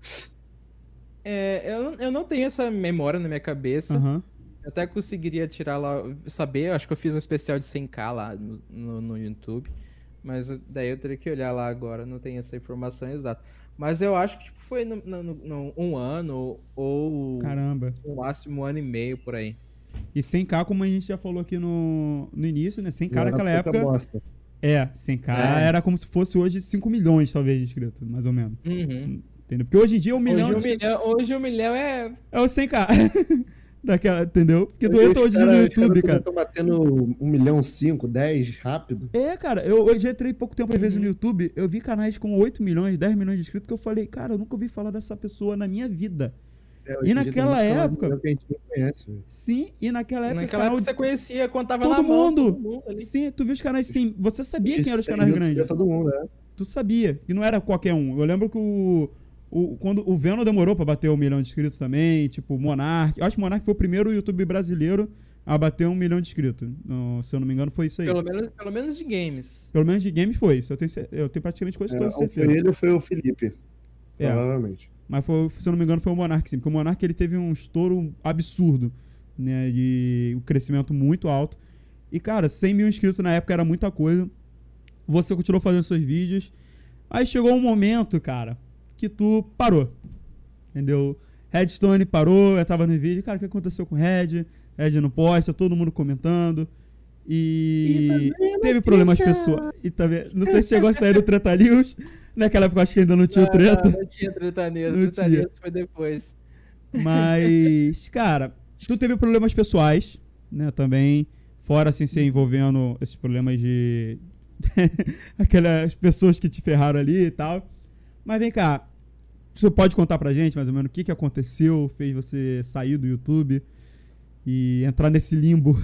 É, eu, não- eu não tenho essa memória na minha cabeça. Aham. Eu até conseguiria tirar lá, saber, eu acho que eu fiz um especial de cem k lá no, no, no YouTube. Mas daí eu teria que olhar lá agora, não tem essa informação exata. Mas eu acho que tipo, foi no, no- no- no- um ano ou Caramba. no máximo um ano e meio por aí. E cem k, como a gente já falou aqui no, no início, né? cem k Não era naquela pouca época... bosta. É, cem k É. era como se fosse hoje cinco milhões, talvez, de inscritos, mais ou menos. Uhum. Entendeu? Porque hoje em dia um milhão Hoje, um de inscritos milhão, hoje um milhão é. é o cem k. Daquela, entendeu? Porque tu Os entra hoje cara- no os YouTube, cara. estão batendo um milhão, cinco, dez, rápido. É, cara, eu, eu já entrei pouco tempo, às vezes, Uhum. no YouTube, eu vi canais com oito milhões, dez milhões de inscritos, que eu falei, cara, eu nunca ouvi falar dessa pessoa na minha vida. É, hoje E em dia tem naquela muito canal de época- milhão que a gente nem conhece, velho. Sim, e naquela época, Naquela canal época de... você conhecia, contava todo na mão, mundo. todo mundo ali. Sim, tu viu os canais sim. Você sabia quem eram os Isso aí, canais eu grandes? sabia todo mundo, né? Tu sabia, que não era qualquer um. Eu lembro que o. o quando o Venom demorou pra bater um milhão de inscritos também, tipo, o Monark. Eu acho que o Monark foi o primeiro YouTube brasileiro a bater um milhão de inscritos. No- se eu não me engano, foi isso aí. Pelo Pelo, menos, pelo menos de games. menos de games foi isso. Eu tenho, cer- eu tenho praticamente quase É, toda ou foi certeza. ele ou foi o Felipe. É. Provavelmente. Mas foi, se eu não me engano, foi o Monark, sim. Porque o Monark ele teve um estouro absurdo, né? De um crescimento muito alto. E, cara, cem mil inscritos na época era muita coisa. Você continuou fazendo seus vídeos. Aí chegou um momento, cara, que tu parou. Entendeu? Redstone parou, eu tava no vídeo. Cara, o que aconteceu com o Red? Red não posta, todo mundo comentando. E, teve problemas pessoais. E também, não sei se chegou a sair do Treta News. Naquela época eu acho que ainda não tinha o treta. Não, não tinha treta news, Não treta tinha. news foi depois. Mas, cara, tu teve problemas pessoais, né, também. Fora, assim, se envolvendo esses problemas de... aquelas pessoas que te ferraram ali e tal. Mas vem cá, você pode contar pra gente, mais ou menos, o que que aconteceu, fez você sair do YouTube e entrar nesse limbo?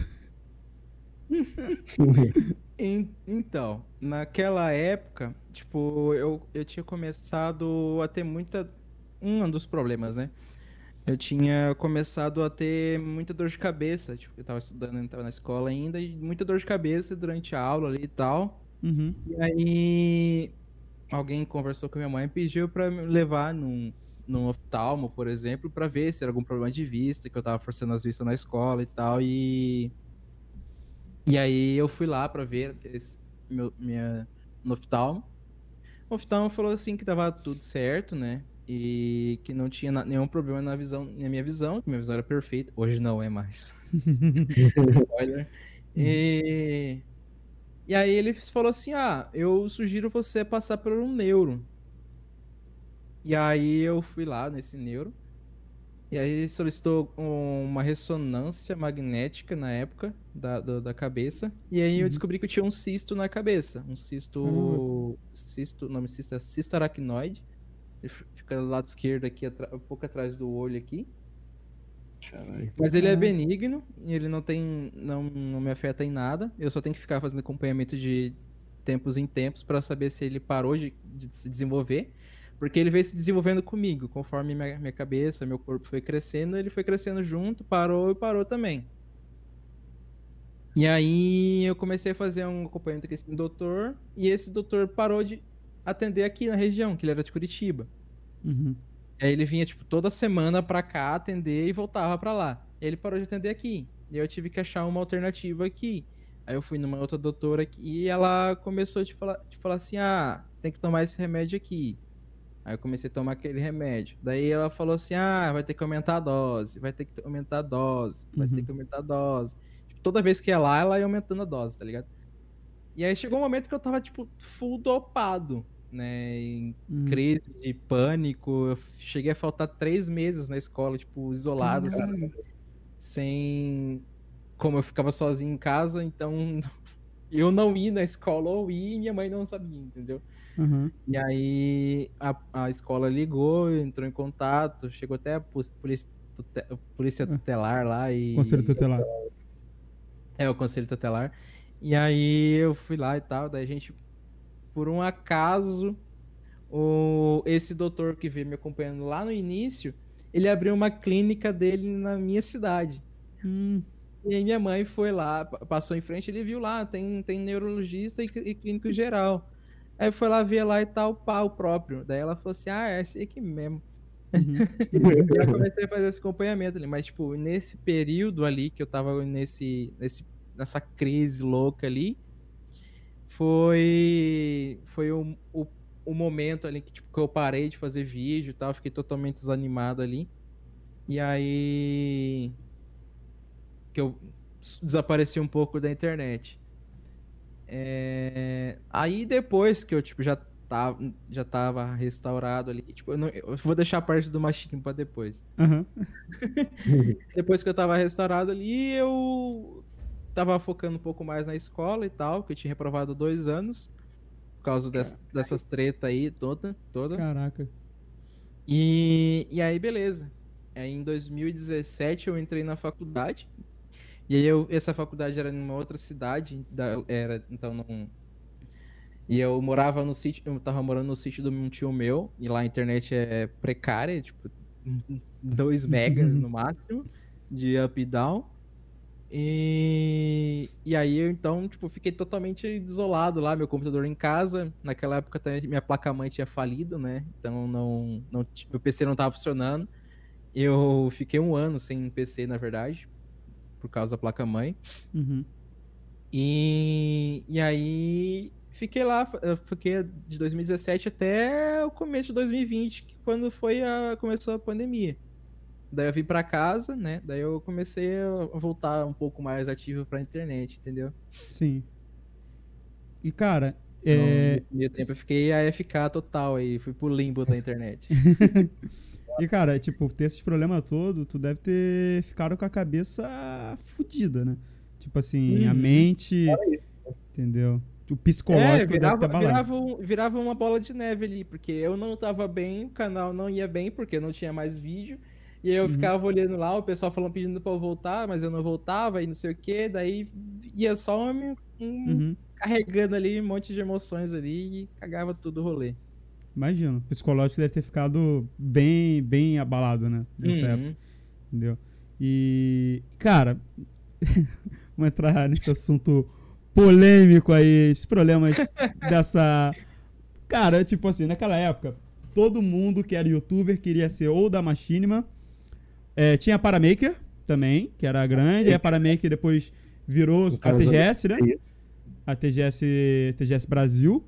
En- Então, naquela época, tipo, eu, eu tinha começado a ter muita. Um dos problemas, né? Eu tinha começado a ter muita dor de cabeça. Tipo, eu tava estudando, eu tava na escola ainda, e muita dor de cabeça durante a aula ali e tal. Uhum. E aí, alguém conversou com a minha mãe e pediu pra me levar num, num oftalmo, por exemplo, pra ver se era algum problema de vista, que eu tava forçando as vistas na escola e tal. E. E aí eu fui lá pra ver esse, meu, minha, no oftalmo. O oftalmo falou assim que tava tudo certo, né? E que não tinha na- nenhum problema na visão, na minha visão, que minha visão era perfeita. Hoje não é mais. Spoiler. E, e aí ele falou assim: ah, eu sugiro você passar por um neuro. E aí eu fui lá nesse neuro. E aí ele solicitou um- uma ressonância magnética na época da, do- da cabeça. E aí eu Uhum. descobri que eu tinha um cisto na cabeça. Um cisto. Caramba. Cisto. O nome cisto é cisto aracnoide. Ele f- fica do lado esquerdo aqui, atra- um pouco atrás do olho aqui. Caralho. Mas ele é Caraca. benigno, e ele não tem. Não, não me afeta em nada. Eu só tenho que ficar fazendo acompanhamento de tempos em tempos pra saber se ele parou de, de se desenvolver. Porque ele veio se desenvolvendo comigo. Conforme minha, minha cabeça, meu corpo foi crescendo, ele foi crescendo junto, parou e parou também. E aí eu comecei a fazer um acompanhamento com esse doutor, e esse doutor parou de atender aqui na região, que ele era de Curitiba. Uhum. Aí ele vinha, tipo, toda semana pra cá atender e voltava pra lá. E ele parou de atender aqui. E aí eu tive que achar uma alternativa aqui. Aí eu fui numa outra doutora aqui e ela começou a te falar, te falar assim: ah, você tem que tomar esse remédio aqui. Aí eu comecei a tomar aquele remédio. Daí ela falou assim: ah, vai ter que aumentar a dose, vai ter que aumentar a dose, vai Uhum. ter que aumentar a dose. Tipo, toda vez que ia lá, ela ia aumentando a dose, tá ligado? E aí chegou um momento que eu tava, tipo, full dopado, né? Em Uhum. crise de pânico. Eu cheguei a faltar três meses na escola, tipo, isolado, assim, Caralho. sem. Como eu ficava sozinho em casa, então eu não ia na escola ou ia e minha mãe não sabia, entendeu? Uhum. E aí a, a escola ligou, entrou em contato, chegou até a pu- polícia, tute- polícia tutelar lá e. Conselho tutelar. É, o conselho tutelar. E aí eu fui lá e tal, daí a gente, por um acaso, o, esse doutor que veio me acompanhando lá no início, ele abriu uma clínica dele na minha cidade. Hum. E aí minha mãe foi lá, passou em frente, ele viu lá, tem, tem neurologista e, e clínico geral. Aí foi lá ver lá e tal, pau próprio. Daí ela falou assim, ah, é esse aqui mesmo. Uhum. E eu comecei a fazer esse acompanhamento ali. Mas, tipo, nesse período ali, que eu tava nesse, nesse, nessa crise louca ali, foi, foi o, o, o momento ali que, tipo, que eu parei de fazer vídeo e tal, fiquei totalmente desanimado ali. E aí... que eu desapareci um pouco da internet. É... Aí depois que eu tipo, já, tava, já tava restaurado ali, tipo, eu, não, eu vou deixar a parte do machismo pra depois. Uhum. Depois que eu tava restaurado ali, eu tava focando um pouco mais na escola e tal, que eu tinha reprovado dois anos, por causa dessa, dessas tretas aí toda, toda. Caraca. E, e aí, beleza. Aí em dois mil e dezessete eu entrei na faculdade. E aí eu, essa faculdade era numa outra cidade, da, era, então não... E eu morava no sítio, eu tava morando no sítio do um tio meu, e lá a internet é precária, tipo, dois megas no máximo, de up e down. E, e aí eu então, tipo, fiquei totalmente isolado lá, meu computador em casa. Naquela época também minha placa-mãe tinha falido, né? Então não, não, meu P C não tava funcionando. Eu fiquei um ano sem P C, na verdade, por causa da placa-mãe. Uhum. E, e aí fiquei lá, eu fiquei de dois mil e dezessete até o começo de dois mil e vinte, que quando foi a, começou a pandemia. Daí eu vim pra casa, né? Daí eu comecei a voltar um pouco mais ativo pra internet, entendeu? Sim. E, cara, Então, é... nesse meio tempo eu fiquei A F K total aí, fui pro limbo da internet. E, cara, tipo, ter esses problemas todos, tu deve ter ficado com a cabeça fodida, né? Tipo assim, a Uhum. mente, entendeu? O psicológico É, deve ter virava, abalado. virava, um- virava uma bola de neve ali, porque eu não tava bem, o canal não ia bem, porque não tinha mais vídeo. E aí eu Uhum. ficava olhando lá, o pessoal falando, pedindo pra eu voltar, mas eu não voltava e não sei o que. Daí ia só me um, Uhum. carregando ali um monte de emoções ali e cagava tudo o rolê. Imagino. O psicológico deve ter ficado bem, bem abalado, né? Nessa Uhum. época. Entendeu? E, cara, vamos entrar nesse assunto polêmico aí, esses problemas dessa. Cara, tipo assim, naquela época, todo mundo que era youtuber queria ser ou da Machinima. É, tinha a Paramaker também, que era grande. E a Paramaker depois virou a T G S, né? A T G S, T G S Brasil,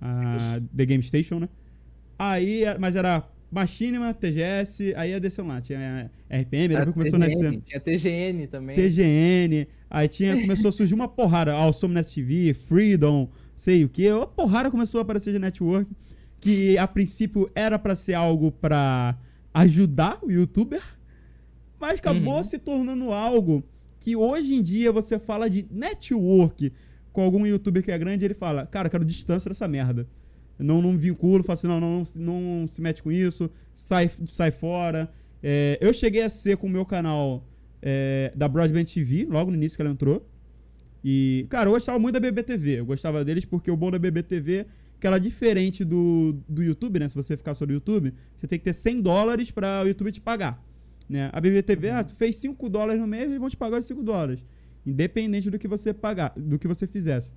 a The Game Station, né? Aí, mas era Machinima, T G S, aí ia descer lá. Tinha R P M, depois começou nesse. Tinha T G N também. T G N, aí tinha, começou a surgir uma porrada. Awesomeness T V, Freedom, sei o que. Uma porrada começou a aparecer de network, que a princípio era pra ser algo pra ajudar o youtuber, mas acabou Uhum. se tornando algo que hoje em dia você fala de network com algum youtuber que é grande, ele fala, cara, eu quero distância dessa merda. Não, não vinculo, falo assim, não, não, não, não se mete com isso, sai, sai fora. É, eu cheguei a ser com o meu canal é, da Broadband T V, logo no início que ela entrou. E, cara, eu gostava muito da B B T V. Eu gostava deles porque o bom da B B T V é que ela é diferente do, do YouTube, né? Se você ficar só no YouTube, você tem que ter cem dólares pra o YouTube te pagar. Né? A B B T V, ah, tu fez cinco dólares no mês, eles vão te pagar os cinco dólares. Independente do que você pagar, do que você fizesse.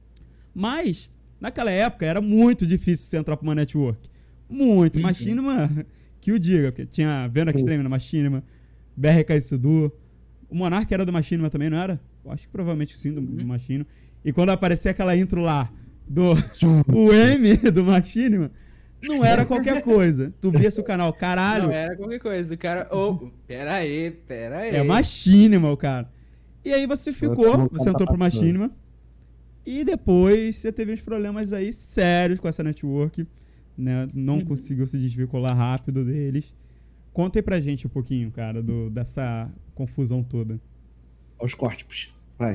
Mas, naquela época, era muito difícil você entrar pra uma network. Muito. Uhum. Machinima, que o diga, porque tinha Venom Extreme na Machinima, B R K Sudu. O Monark era do Machinima também, não era? Eu acho que provavelmente sim, do, Uhum. do Machinima. E quando aparecia aquela intro lá, do o M do Machinima, não era qualquer coisa. Tu via o canal, caralho. Não era qualquer coisa. O cara, oh, pera aí, pera aí. É Machinima, o cara. E aí você ficou, você entrou pro Machinima. E depois você teve uns problemas aí sérios com essa network, né? Não Uhum. conseguiu se desvincular rápido deles. Conta aí pra gente um pouquinho, cara, do, dessa confusão toda. Aos cortes. Vai.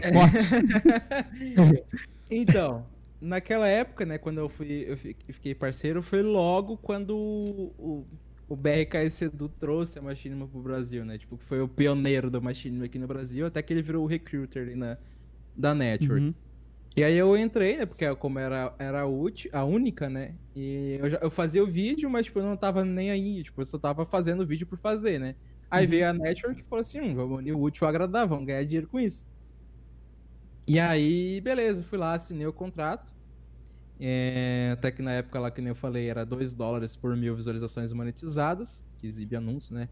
Corte. Então, naquela época, né, quando eu fui, eu fi- fiquei parceiro, foi logo quando o, o, o B R K S Edu trouxe a Machinima pro Brasil, né? Tipo, que foi o pioneiro da Machinima aqui no Brasil, até que ele virou o recruiter ali na, da network. Uhum. E aí eu entrei, né? Porque como era, era a, ulti, a única, né? E eu, já, eu fazia o vídeo, mas tipo, eu não tava nem aí. Tipo, eu só tava fazendo o vídeo por fazer, né? Aí Uhum. veio a Network e falou assim, hum, vamos unir o útil ao agradável, vamos ganhar dinheiro com isso. E aí, beleza, fui lá, assinei o contrato. É, até que na época lá, que nem eu falei, era dois dólares por mil visualizações monetizadas, que exibe anúncio, né?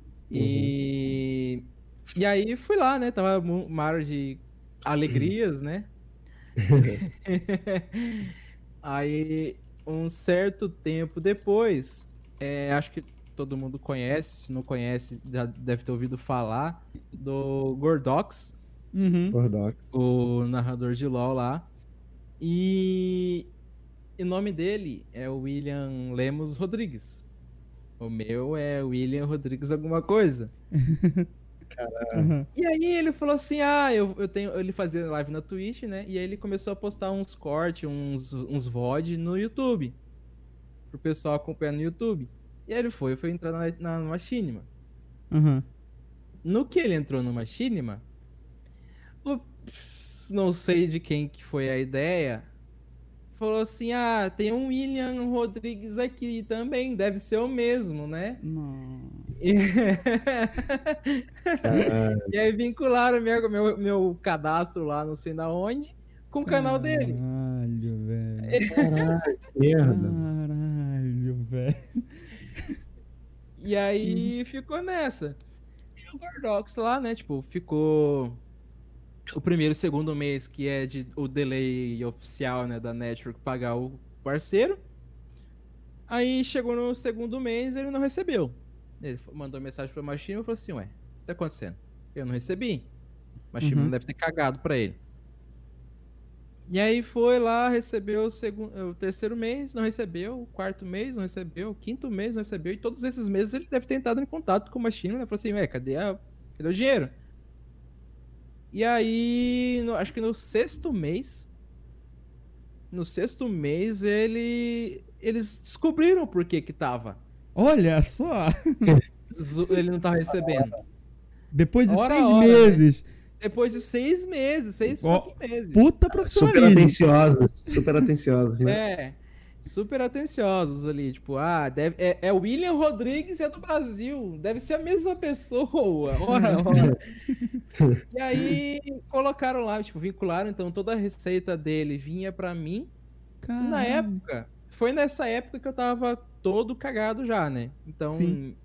E, uhum. E aí fui lá, né? Tava um mar de alegrias, né? Aí, um certo tempo depois, é, acho que todo mundo conhece, se não conhece, já deve ter ouvido falar do Gordox, Uhum. Gordox. O narrador de LoL lá. E o nome dele é William Lemos Rodrigues. O meu é William Rodrigues alguma coisa. Caralho. E aí ele falou assim, ah, eu, eu tenho... Ele fazia live na Twitch, né? E aí ele começou a postar uns cortes, uns, uns V O D no YouTube. Pro pessoal acompanhar no YouTube. E aí ele foi, foi entrar na, na Machinima. Uhum. No que ele entrou no Machinima, não sei de quem que foi a ideia, falou assim, ah, tem um William Rodrigues aqui também, deve ser o mesmo, né? Não. E... e aí vincularam meu, meu, meu cadastro lá, não sei da onde, com o canal dele. Caralho, velho. Caralho, merda. Caralho, velho. E aí ficou nessa. E o Gordox lá, né, tipo, ficou... O primeiro e segundo mês, que é de, o delay oficial, né, da Network pagar o parceiro. Aí chegou no segundo mês, ele não recebeu. Ele mandou mensagem pra Machinima e falou assim, ué, o que tá acontecendo? Eu não recebi. Machinima Uhum. não deve ter cagado pra ele. E aí foi lá, recebeu o, segundo, o terceiro mês, não recebeu. O quarto mês, não recebeu. O quinto mês, não recebeu. E todos esses meses ele deve ter entrado em contato com o Machinima, né? Falou assim, ué, cadê, a, cadê o dinheiro? E aí, no, acho que no sexto mês, no sexto mês, ele, eles descobriram por que que tava. Olha só! Ele não tava recebendo. Depois de Hora seis a hora, meses. Né? Depois de seis meses, seis Ó, fucking meses. Puta profissionalismo. Super atenciosos, super atenciosos, né? É, super atenciosos ali, tipo, ah, deve, é, é o William Rodrigues, é do Brasil, deve ser a mesma pessoa, ora, ora. E aí, colocaram lá, tipo, vincularam, então toda a receita dele vinha pra mim. Caralho. Na época, foi nessa época que eu tava todo cagado já, né? Então, Sim.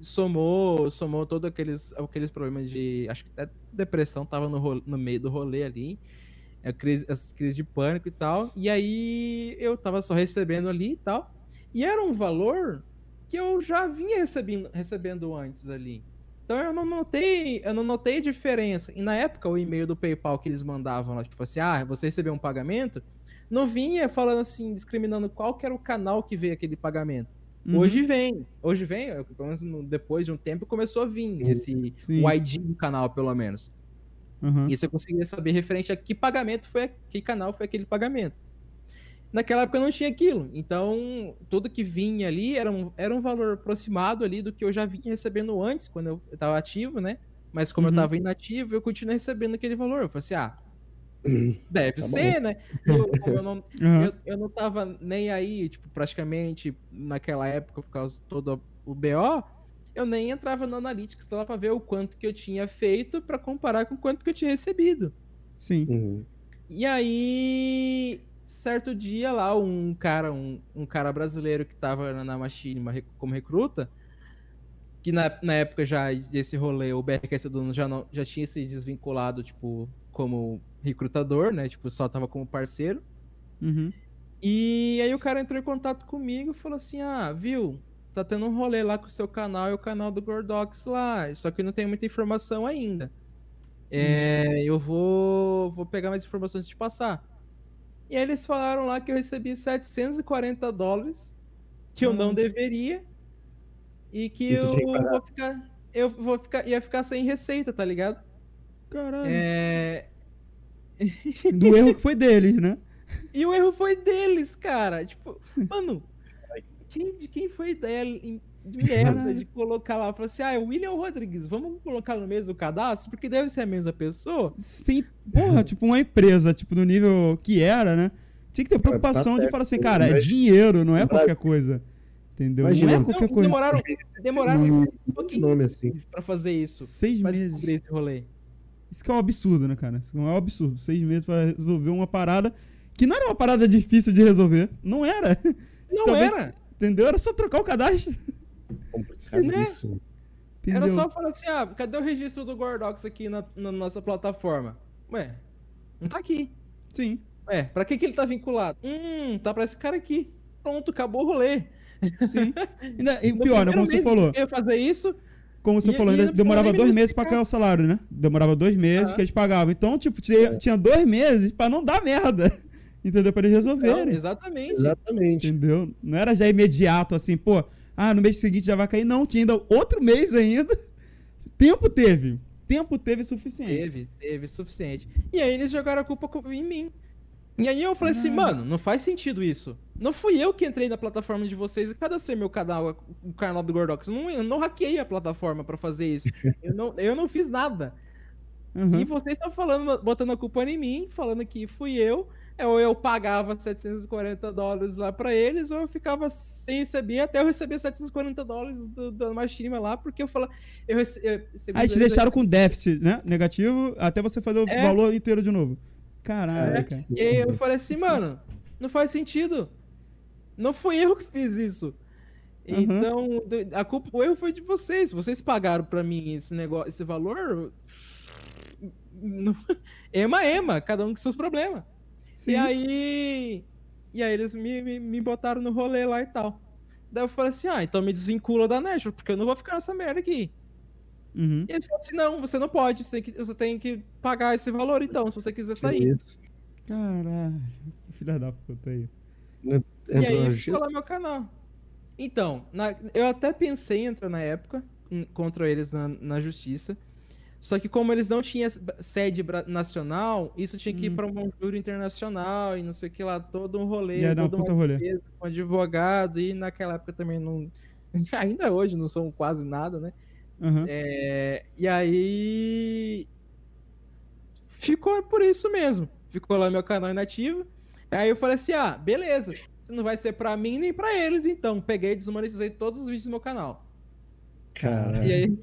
somou somou todos aqueles, aqueles problemas de, acho que até depressão tava no, role, no meio do rolê ali. A crise, as crises de pânico e tal. E aí eu tava só recebendo ali e tal. E era um valor que eu já vinha recebendo, recebendo antes ali. Então eu não notei, eu não notei diferença. E na época o e-mail do PayPal que eles mandavam lá, tipo assim, ah, você recebeu um pagamento, não vinha falando assim, discriminando qual que era o canal que veio aquele pagamento. Uhum. Hoje vem, hoje vem, pelo menos depois de um tempo começou a vir esse, Sim. o I D do canal, pelo menos. Uhum. E você conseguia saber referente a que pagamento foi, que canal foi aquele pagamento. Naquela época não tinha aquilo. Então, tudo que vinha ali era um, era um valor aproximado ali do que eu já vinha recebendo antes, quando eu estava ativo, né? Mas como uhum. eu estava inativo, eu continuei recebendo aquele valor. Eu falei assim, ah, deve tá ser, bom. Né? Eu, eu, não, uhum. eu, eu não tava nem aí, tipo, praticamente naquela época, por causa de todo o B O, eu nem entrava no Analytics lá para ver o quanto que eu tinha feito para comparar com o quanto que eu tinha recebido. Sim. Uhum. E aí, certo dia lá, um cara, um, um cara brasileiro que tava na Machine como recruta, que na, na época já desse rolê, o B R K S já, não, já tinha se desvinculado, tipo, como recrutador, né? Tipo, só tava como parceiro. Uhum. E aí o cara entrou em contato comigo e falou assim, ah, viu, tá tendo um rolê lá com o seu canal e o canal do Gordox lá, só que não tem muita informação ainda. É, uhum. Eu vou, vou pegar mais informações e te passar. E aí eles falaram lá que eu recebi setecentos e quarenta dólares, que eu uhum. não deveria, e que e eu vou ficar, eu vou ficar, ia ficar sem receita, tá ligado? Caralho. É... Do erro que foi deles, né? E o erro foi deles, cara. Tipo, mano, quem, de quem foi a ideia de merda de colocar lá. Falou assim, ah, é o William Rodrigues, vamos colocar no mesmo cadastro? Porque deve ser a mesma pessoa. Sim, porra, tipo, uma empresa, tipo, do nível que era, né? Tinha que ter preocupação de falar assim, cara, é dinheiro, não é qualquer coisa. Entendeu? Imagina, não é qualquer Não, coisa. demoraram demoraram Hum, um pouquinho nome assim. pra fazer isso. Seis Pra meses. descobrir esse rolê. Isso que é um absurdo, né, cara? Isso é um absurdo. Seis meses pra resolver uma parada que não era uma parada difícil de resolver. Não era. Não Talvez- era. Entendeu? Era só trocar o cadastro. Complicado né? isso. Entendeu? Era só falar assim, ah, cadê o registro do Gordox aqui na, na nossa plataforma? Ué, não tá aqui. Sim. Ué, pra que que ele tá vinculado? Hum, tá pra esse cara aqui. Pronto, acabou o rolê. Sim. Ainda- e No pior, né? primeiro Como você mês falou. que eu ia fazer isso, Como você E- falou, e ainda não demorava precisava nem dois me meses pra explicar. cair o salário, né? Demorava dois meses Aham. que eles pagavam. Então, tipo, tinha, tinha dois meses pra não dar merda. Entendeu? Pra eles não, resolverem. exatamente. Exatamente. Entendeu? Não era já imediato assim, pô, ah, no mês seguinte já vai cair. Não, tinha ainda outro mês ainda. Tempo teve. Tempo teve suficiente. Teve, teve suficiente. E aí eles jogaram a culpa co- em mim. E aí eu falei assim, Ah. mano, não faz sentido isso. Não fui eu que entrei na plataforma de vocês e cadastrei meu canal, o canal do Gordox. Eu não, eu não hackeei a plataforma pra fazer isso. Eu não, eu não fiz nada. Uhum. E vocês estão falando, botando a culpa em mim, falando que fui eu. Ou eu pagava setecentos e quarenta dólares lá pra eles, ou eu ficava sem receber até eu receber setecentos e quarenta dólares do, da Machinima lá, porque eu falava. Eu, rece- eu, segundo Aí te eles, deixaram com déficit, né? Negativo, até você fazer o É. valor inteiro de novo. Caralho, É, cara. e aí eu falei assim, mano, não faz sentido. Não fui eu que fiz isso. Uhum. Então, do- a culpa, o erro foi de vocês. Vocês pagaram pra mim esse negócio, esse valor. não- Ema, ema, cada um com seus problemas. Sim. E aí. E aí eles me, me, me botaram no rolê lá e tal. Daí eu falei assim, ah, então me desvincula da Network, porque eu não vou ficar nessa merda aqui. Uhum. E eles falaram assim, não, você não pode, você tem que, você tem que pagar esse valor então, se você quiser sair. Isso. Caralho. Que filha da puta aí. E Entrou aí na ficou justiça? lá meu canal. Então, na- eu até pensei em entrar na época em- contra eles na, na justiça. Só que como eles não tinham sede bra- nacional, isso tinha que ir Hum. para um júri internacional e não sei o que lá, todo um rolê, Ia dar um toda uma puta rolê. despesa com advogado, e naquela época também não... Ainda hoje não são quase nada, né? Uhum. É, e aí... Ficou por isso mesmo. Ficou lá meu canal inativo. Aí eu falei assim, ah, beleza. Isso não vai ser pra mim nem pra eles, então. Peguei e desmonetizei todos os vídeos do meu canal. Caralho. E aí...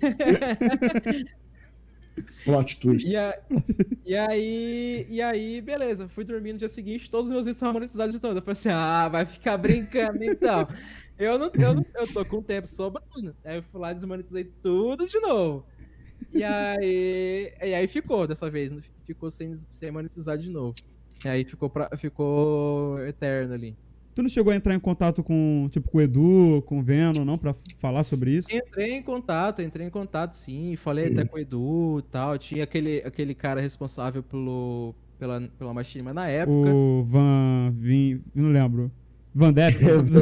Plot twist. E, a- e aí, e aí, beleza, fui dormir no dia seguinte, todos os meus vídeos estavam monetizados de novo. Eu falei assim, ah, vai ficar brincando então. Eu não, eu não, eu tô com o tempo sobrando. Aí eu fui lá e desmonetizei tudo de novo. E aí, e aí ficou dessa vez, ficou sem, sem monetizar de novo. E aí ficou, pra, ficou eterno ali. Tu não chegou a entrar em contato com, tipo, com o Edu, com o Venom, não? Pra falar sobre isso? Entrei em contato, entrei em contato sim, falei até com o Edu e tal. Tinha aquele, aquele cara responsável pelo, pela, pela Machinima na época. O Van... Vim, não lembro. Van Depp?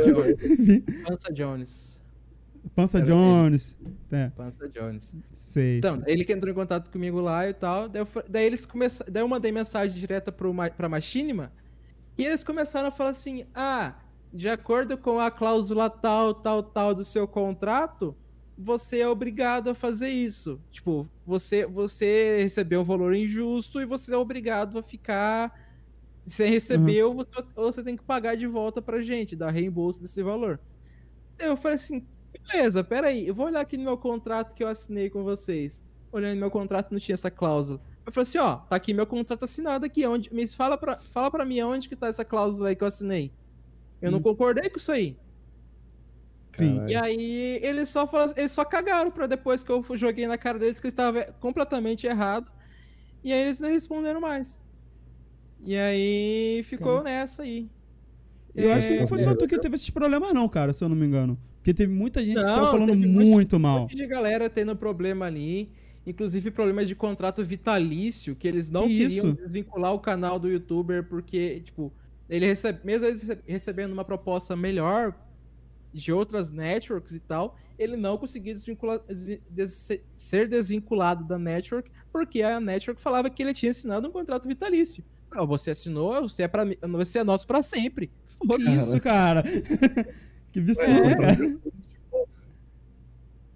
Pança Jones. Pança Era Jones. É, Pança Jones. sei. Então, ele que entrou em contato comigo lá e tal. Daí, eu, fa- daí eles começaram. Daí eu mandei mensagem direta pro, Ma- pra Machinima. E eles começaram a falar assim: ah, de acordo com a cláusula tal, tal, tal do seu contrato, você é obrigado a fazer isso. Tipo, você, você recebeu um valor injusto e você é obrigado a ficar. Você recebeu, você, ou você tem que pagar de volta pra gente, dar reembolso desse valor. Daí eu falei assim: beleza, peraí, eu vou olhar aqui no meu contrato que eu assinei com vocês. Olhando no meu contrato, não tinha essa cláusula. Eu falei assim, ó, tá aqui meu contrato assinado aqui, onde, me fala pra, fala pra mim onde que tá essa cláusula aí que eu assinei. Eu não Hum. concordei com isso aí. Caralho. E aí, eles só, falaram, eles só cagaram pra depois que eu joguei na cara deles que eles estavam completamente errado. E aí eles não responderam mais. E aí, ficou nessa aí. Eu acho que É, não foi só tu que teve esses problemas, não, cara, se eu não me engano. Porque teve muita gente que Não, saiu falando teve muito- muito Um mal. monte de galera tendo problema ali, inclusive problemas de contrato vitalício, que eles não Que queriam isso? desvincular o canal do youtuber, porque, tipo, ele recebe, mesmo eles rece- recebendo uma proposta melhor de outras networks e tal, ele não conseguia desvincular, des- des- ser desvinculado da network, porque a network falava que ele tinha assinado um contrato vitalício. Não, você assinou, você é, pra, mim- você é nosso pra sempre. Que isso, cara? Que absurdo, É. cara.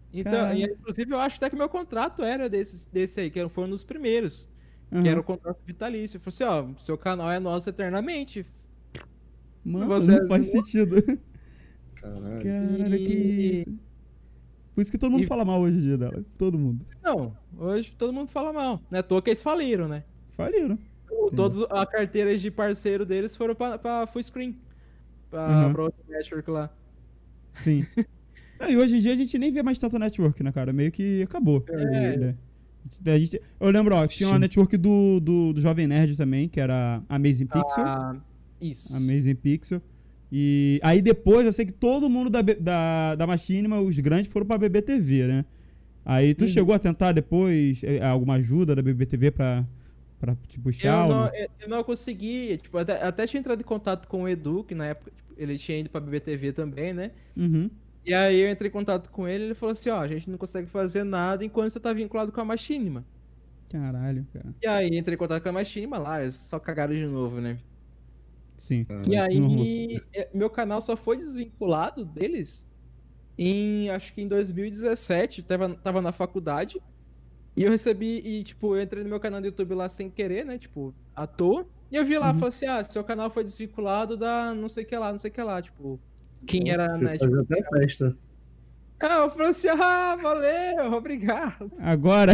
Então, Cara. e, inclusive, eu acho até que meu contrato era desse, desse aí, que foi um dos primeiros. Aham. Que era o contrato vitalício. Eu falei assim, ó, seu canal é nosso eternamente. Mano, Você não faz assinou? sentido. Caralho. Caralho, que E- isso. Por isso que todo mundo e- fala mal hoje em dia dela. Todo mundo. Não, hoje todo mundo fala mal. Não é à toa que eles faliram, né? Faliram. O- Todos a carteira de parceiro deles foram pra, pra full screen. Pra, Aham. pra outro network lá. Sim. Ah, e hoje em dia a gente nem vê mais tanto network, né, cara? Meio que acabou. É. Né? A gente- eu lembro, ó, tinha uma Sim. network do, do, do Jovem Nerd também, que era Amazing Pixel. Ah, isso. Amazing Pixel. E aí depois eu sei que todo mundo da, B- da, da Machinima, os grandes, foram pra B B T V, né? Aí tu Uhum. chegou a tentar depois eh, alguma ajuda da B B T V pra, pra te puxar? Eu ou não, não? eu eu não consegui, tipo, até, até tinha entrado em contato com o Edu, que na época tipo, ele tinha ido pra B B T V também, né? Uhum. E aí eu entrei em contato com ele e ele falou assim, ó, a gente não consegue fazer nada enquanto você tá vinculado com a Machinima. Caralho, cara. E aí entrei em contato com a Machinima lá, eles só cagaram de novo, né? Sim. E Uhum. aí é, meu canal só foi desvinculado deles em, acho que em dois mil e dezessete, tava, tava na faculdade. E eu recebi, e tipo, eu entrei no meu canal do YouTube lá sem querer, né? Tipo, à toa. E eu vi lá, Uhum. falou assim, ah, seu canal foi desvinculado da não sei o que lá, não sei o que lá, tipo... Quem Nossa, era, fez né? Tipo, fazer até festa. ah, eu falei assim, ah, valeu, obrigado. Agora.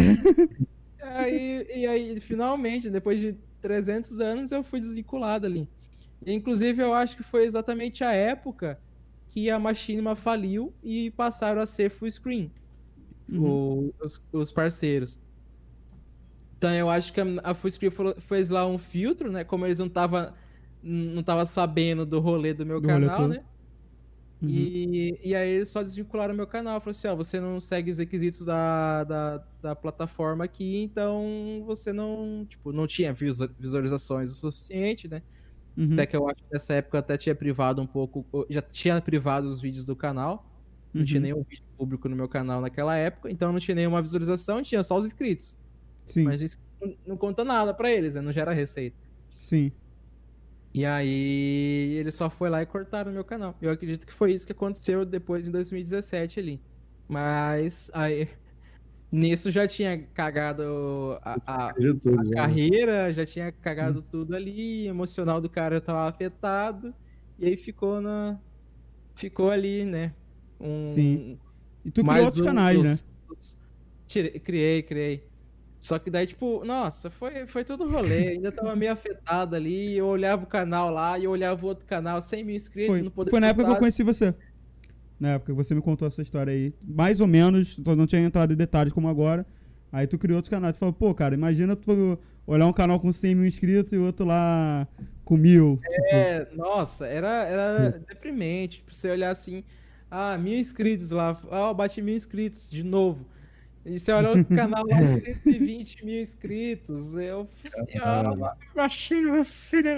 Aí, e aí, finalmente, depois de trezentos anos, eu fui desvinculado ali. E, inclusive, eu acho que foi exatamente a época que a Machinima faliu e passaram a ser full screen, Uhum. o- os, os parceiros. Então, eu acho que a, a full screen falou- fez lá um filtro, né? Como eles não estavam não tava sabendo do rolê do meu Do rolê canal, todo. né? Uhum. E, e aí eles só desvincularam o meu canal. Falaram assim, ó, você não segue os requisitos da, da, da plataforma aqui, então você não, tipo, não tinha visu- visualizações o suficiente, né? Uhum. Até que eu acho que nessa época eu até tinha privado um pouco, já tinha privado os vídeos do canal. Não tinha Uhum. nenhum vídeo público no meu canal naquela época, então não tinha nenhuma visualização, tinha só os inscritos. Sim. Mas isso não- não conta nada pra eles, né? Não gera receita. Sim. E aí ele só foi lá e cortaram o meu canal. Eu acredito que foi isso que aconteceu depois em dois mil e dezessete ali. Mas aí nisso já tinha cagado a, a- De tudo, a já. carreira, já tinha cagado tudo ali, o emocional do cara tava afetado, e aí ficou na ficou ali, né? Um, Sim. E tu criou mais outros um canais, dos- né? dos- Tirei- criei, criei. Só que daí, tipo, nossa, foi, foi tudo rolê. Ainda tava meio afetado ali. Eu olhava o canal lá e eu olhava o outro canal, cem mil inscritos, Foi, não poder foi na época que eu postar. conheci você. Na época que você me contou essa história aí. Mais ou menos, só não tinha entrado em detalhes como agora. Aí tu criou outros canais. Tu falou, pô, cara, imagina tu olhar um canal com cem mil inscritos e outro lá com mil. Tipo, É, nossa, era, era deprimente. Tipo, você olhar assim, ah, mil inscritos lá. Ah, eu bati mil inscritos de novo. E você olha o canal lá, cento e vinte mil inscritos. Eu falei assim, ah, machinho, filha.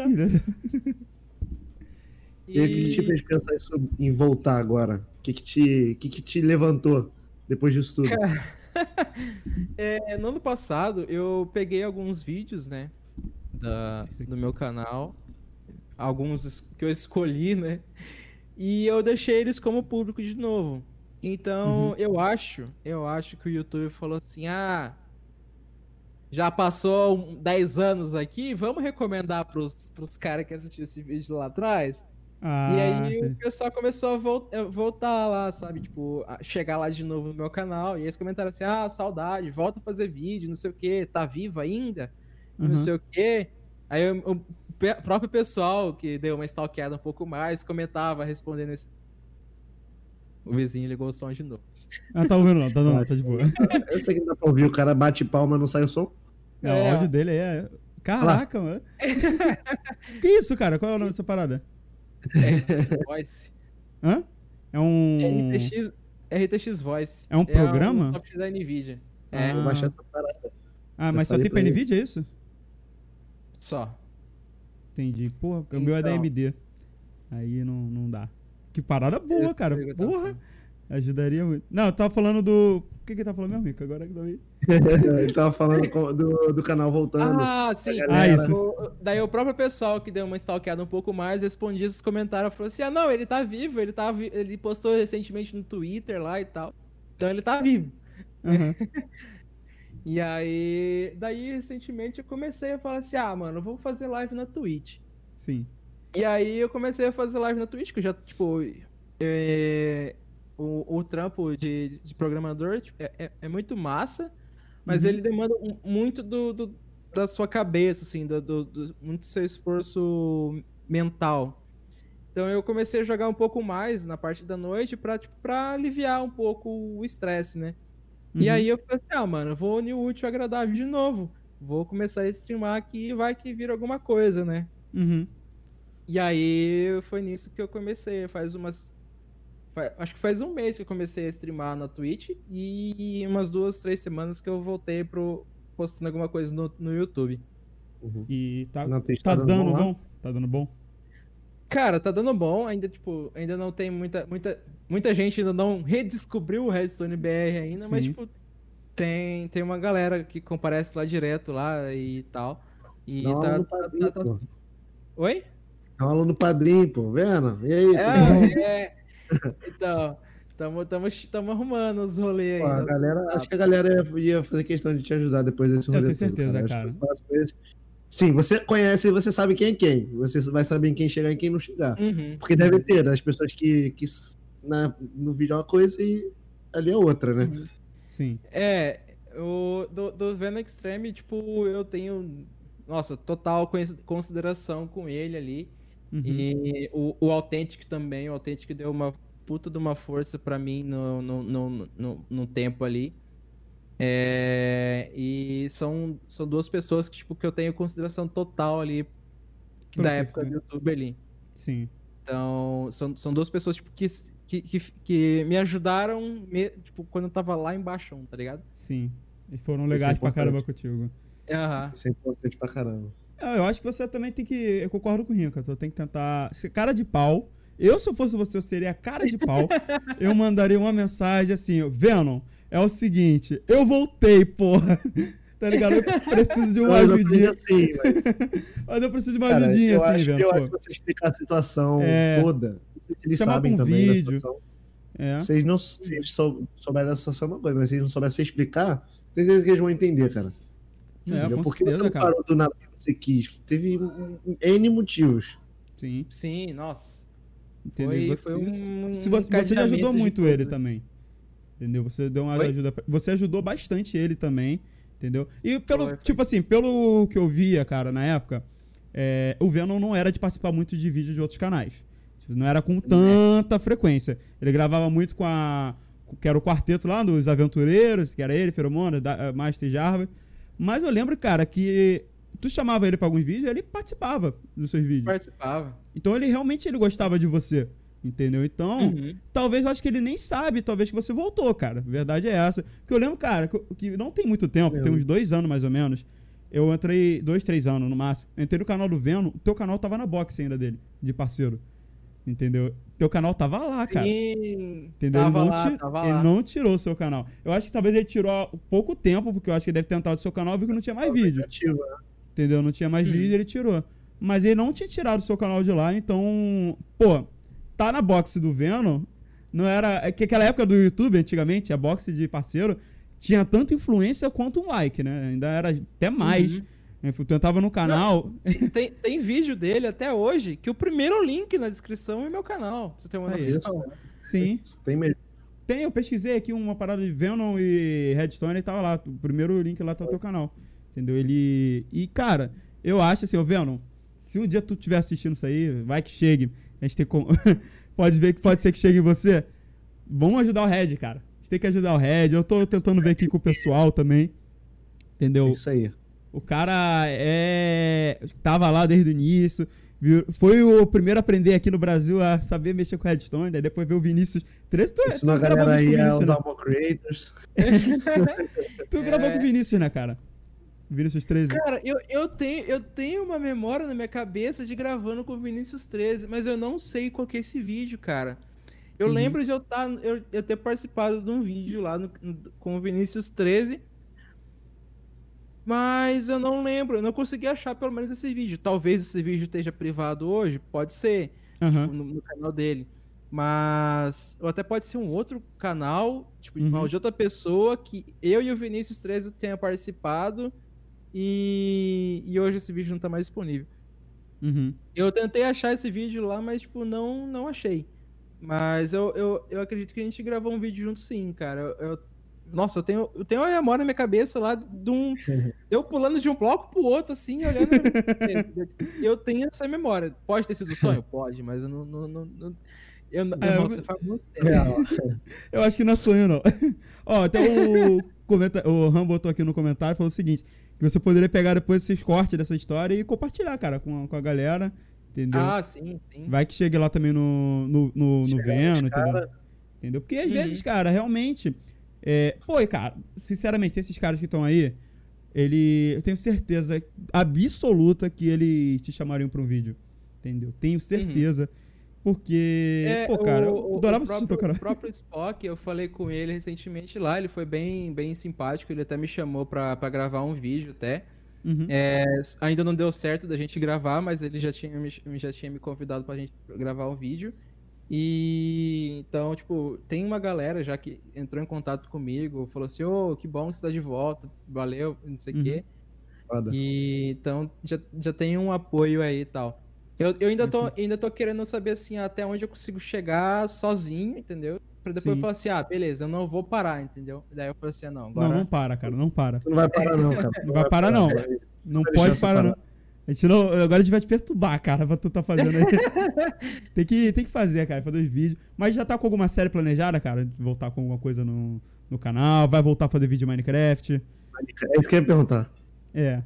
E aí, o que, que te fez pensar isso, em voltar agora? O que, que, te, o que, que te levantou depois disso tudo? É, no ano passado, eu peguei alguns vídeos, né, da, Esse aqui. do meu canal, alguns es- que eu escolhi, né, e eu deixei eles como público de novo. Então, Uhum. eu acho, eu acho que o YouTube falou assim, ah, já passou um- dez anos aqui, vamos recomendar pros, pros caras que assistiram esse vídeo lá atrás? ah, E aí o entendi. pessoal começou a vol- a voltar lá, sabe? Tipo, a chegar lá de novo no meu canal. E eles comentaram assim: ah, saudade, volta a fazer vídeo, não sei o quê, tá vivo ainda? E não Uhum. sei o quê. Aí eu- o pe- próprio pessoal que deu uma stalkeada um pouco mais comentava, respondendo esse. O vizinho ligou o som de novo. Ah, tá ouvindo não, tá, não, tá de boa. Eu sei que não dá pra ouvir, o cara bate palma e não sai o som. É, o É. áudio dele aí é. Caraca, mano. Que isso, cara? Qual é o nome dessa parada? Voice. Hã? É um. R T X, R T X Voice. É um programa? um software da NVIDIA. É, Ah. Vou baixar essa parada. Ah, mas Eu só falei tem pra pra ele. NVIDIA, é isso? só. Entendi. Porra, o meu é da Então. A M D. Aí não, não dá. Que parada boa, Eu cara. sei o que eu tava Porra. falando. Ajudaria muito. Não, eu tava falando do. O que que ele tá falando mesmo, Rico? Agora que eu vi. Ele tava falando com- do, do canal voltando. Ah, sim. A galera- Ah, isso. O- daí o próprio pessoal que deu uma stalkeada um pouco mais respondia esses comentários, falou assim: ah, não, ele tá vivo, ele tá vi- ele postou recentemente no Twitter lá e tal. Então ele tá vivo. Aham. E aí, daí recentemente eu comecei a falar assim, ah, mano, eu vou fazer live na Twitch. Sim. E aí eu comecei a fazer live na Twitch, que eu já, tipo, é, o, o trampo de, de programador tipo, é, é, é muito massa, mas Uhum. ele demanda um- muito do, do- da sua cabeça, assim, do, do, do- muito do seu esforço mental. Então eu comecei a jogar um pouco mais na parte da noite pra, tipo, pra aliviar um pouco o estresse, né? E Uhum. aí eu falei assim, ah, mano, eu vou unir o útil ao agradável de novo. Vou começar a streamar aqui e vai que vira alguma coisa, né? Uhum. E aí foi nisso que eu comecei. Faz umas. fa- Acho que faz um mês que eu comecei a streamar na Twitch e umas duas, três semanas que eu voltei pro postando alguma coisa no, no YouTube. Uhum. E tá, Na Twitch tá tá dando dando bom lá? bom? Tá dando bom? Cara, tá dando bom, ainda, tipo, ainda não tem muita, muita, muita gente ainda não redescobriu o Redstone B R ainda, mas, Sim. tipo, tem, tem uma galera que comparece lá direto lá e tal. Dá E uma aula tá, no tá, padrinho, tá, tá- pô. Oi? Dá uma aula no padrinho, pô. Vendo? E aí, tudo bom? É, é. Então, tamo, tamo, tamo arrumando os rolês Pô, aí. a das- galera, acho que a galera ia, ia fazer questão de te ajudar depois desse Eu rolê tenho todo, certeza, Acho cara. que eu faço coisas- Sim, você conhece e você sabe quem é quem. Você vai saber quem chegar e quem não chegar. Uhum. Porque deve ter as pessoas que, que na, no vídeo é uma coisa e ali é outra, né? Uhum. Sim. É, o, do, do Venom Extreme, tipo, eu tenho, nossa, total conhec- consideração com ele ali. Uhum. E o, o Authentic também, o Authentic deu uma puta de uma força pra mim no, no, no, no, no tempo ali. É, e são, são duas pessoas que, tipo, que eu tenho consideração total ali que Pelo da época perfil. do YouTube ali. Sim. Então, são, são duas pessoas, tipo, que, que, que, que me ajudaram, me- tipo, quando eu tava lá embaixo, tá ligado? Sim. Eles foram Isso é legais pra importante. caramba contigo. Aham. Isso é importante pra caramba. Ah, eu acho que você também tem que. Eu concordo com o Rico, você tem que tentar ser cara de pau. Eu, se eu fosse você, eu seria cara de pau. Eu mandaria uma mensagem assim: Venom, é o seguinte, eu voltei, porra. Tá ligado? Eu preciso de uma Mas eu aprendi ajudinha. assim, mas, Mas eu preciso de uma cara, ajudinha, eu assim, acho, Venom. eu acho pô. que você explicar a situação É. toda. Não sei se eles Chamar sabem pra um também da vídeo. situação. É. Se eles não se eles sou, souberem da situação é uma coisa, mas se eles não souberem se explicar, tenho certeza que eles vão entender, cara. É, Entendeu? com Porque você certeza, não cara. parou do nada que você quis. Teve um- um- N motivos. Sim. Sim, nossa. Entendeu? Foi, Você- foi um. se você, você já ajudou encadeamento de muito coisa. ele também. Entendeu? Você deu uma Oi? ajuda. pra- Você ajudou bastante ele também. Entendeu? E pelo, Foi, foi. tipo assim, pelo que eu via, cara, na época, é, o Venom não era de participar muito de vídeos de outros canais. Tipo, não era com tanta frequência. Ele gravava muito com a. Que era o quarteto lá dos aventureiros, que era ele, Feromona, da- Master Jarva. Mas eu lembro, cara, que tu chamava ele pra alguns vídeos e ele participava dos seus vídeos. Participava. Então ele realmente ele gostava de você. Entendeu? Então, Uhum. talvez eu acho que ele nem sabe, talvez que você voltou, cara. A verdade é essa. Porque eu lembro, cara, que, que não tem muito tempo, Eu tem uns lembro. dois anos mais ou menos. Eu entrei, dois, três anos no máximo. Eu entrei no canal do Venom, o teu canal tava na box ainda dele, de parceiro. Entendeu? Teu canal tava lá, cara. Sim, Entendeu? tava ele não, lá, ti- tava ele lá. não tirou o seu canal. Eu acho que talvez ele tirou há pouco tempo, porque eu acho que ele deve ter entrado no seu canal e viu que não tinha mais vídeo. Negativo, né? Entendeu? Não tinha mais Hum. vídeo, ele tirou. Mas ele não tinha tirado o seu canal de lá, então. Pô, tá na box do Venom. Não era. É que aquela época do YouTube, antigamente, a box de parceiro tinha tanto influência quanto um like, né? Ainda era até mais. Uhum. Tu entrava no canal. Tem, tem vídeo dele até hoje que o primeiro link na descrição é meu canal. Pra você tem uma É noção. Isso, né? Sim. Isso tem mesmo. Tem, eu pesquisei aqui uma parada de Venom e Redstone e tava lá. O primeiro link lá tá no teu canal. Entendeu? Ele. E, cara, eu acho assim, ô Venom, se um dia tu estiver assistindo isso aí, vai que chegue. A gente tem como. Pode ver que pode ser que chegue em você. Vamos ajudar o Red, cara. A gente tem que ajudar o Red. Eu tô tentando ver aqui com o pessoal também. Entendeu? Isso aí. O cara é. Tava lá desde o início. Viu? Foi o primeiro a aprender aqui no Brasil a saber mexer com Redstone. Aí depois veio o Vinícius. treze, tu, Ensinou a tu gravou galera vídeo aí com o a Vinícius, né? usar o Mo Creators. Tu gravou com o Vinícius, né, cara? Vinícius treze. Cara, eu, eu, tenho, eu tenho uma memória na minha cabeça de gravando com o Vinícius treze, mas eu não sei qual que é esse vídeo, cara. Eu Uhum. lembro de eu, tá, eu, eu ter participado de um vídeo lá no- com o Vinícius treze, mas eu não lembro, eu não consegui achar pelo menos esse vídeo. Talvez esse vídeo esteja privado hoje, pode ser, Aham. tipo, no, no canal dele. Mas ou até pode ser um outro canal, tipo, Uhum. de outra pessoa que eu e o Vinícius treze tenha participado e, e hoje esse vídeo não tá mais disponível. Uhum. Eu tentei achar esse vídeo lá, mas, tipo, não, não achei. Mas eu, eu, eu acredito que a gente gravou um vídeo junto sim, cara. Eu, eu- nossa, eu tenho, eu tenho uma memória na minha cabeça lá de um. Eu pulando de um bloco pro outro, assim, olhando. Eu tenho essa memória. Pode ter sido sonho? Pode, mas eu não. não, não- não- eu, não- É, nossa, eu- faz muito tempo. Real. Eu acho que não é sonho, não. Ó, até o, comenta... o Ram botou aqui no comentário e falou o seguinte: que você poderia pegar depois esses cortes dessa história e compartilhar, cara, com a, com a galera, entendeu? Ah, sim, sim. Vai que chegue lá também no, no, no, no Chega Veno, nos entendeu? cara. Entendeu? Porque às Uhum. vezes, cara, realmente. É... Pô, e, cara, sinceramente, esses caras que estão aí, ele. Eu tenho certeza absoluta que eles te chamariam pra um vídeo. Entendeu? Tenho certeza. Porque. É, Pô, cara, o, eu o- adorava o assistir próprio, teu o canal. próprio Spock, eu falei com ele recentemente lá, ele foi bem, bem simpático, ele até me chamou pra, pra gravar um vídeo até. Uhum. É, ainda não deu certo da gente gravar, mas ele já tinha, me- já tinha me convidado pra gente gravar um vídeo. E então, tipo, tem uma galera já que entrou em contato comigo, falou assim, ô, que bom que você tá de volta, valeu, não sei o Uhum. quê. Foda. E então já, já tem um apoio aí e tal. Eu, eu ainda, tô, Sim. ainda tô querendo saber assim até onde eu consigo chegar sozinho, entendeu? Pra depois Sim. eu falar assim, ah, beleza, eu não vou parar, entendeu? Daí eu falei assim, ah, não, Não, agora. não para, cara, não para. Tu não vai parar, não, cara. Não vai parar, não. Vai- Não vai pode deixar você parar, não. parar. A gente não. Agora a gente vai te perturbar, cara, pra tu tá fazendo aí. tem, que, tem que fazer, cara, fazer os vídeos. Mas já tá com alguma série planejada, cara? Voltar com alguma coisa no, no canal? Vai voltar a fazer vídeo de Minecraft? É isso que eu ia perguntar. É.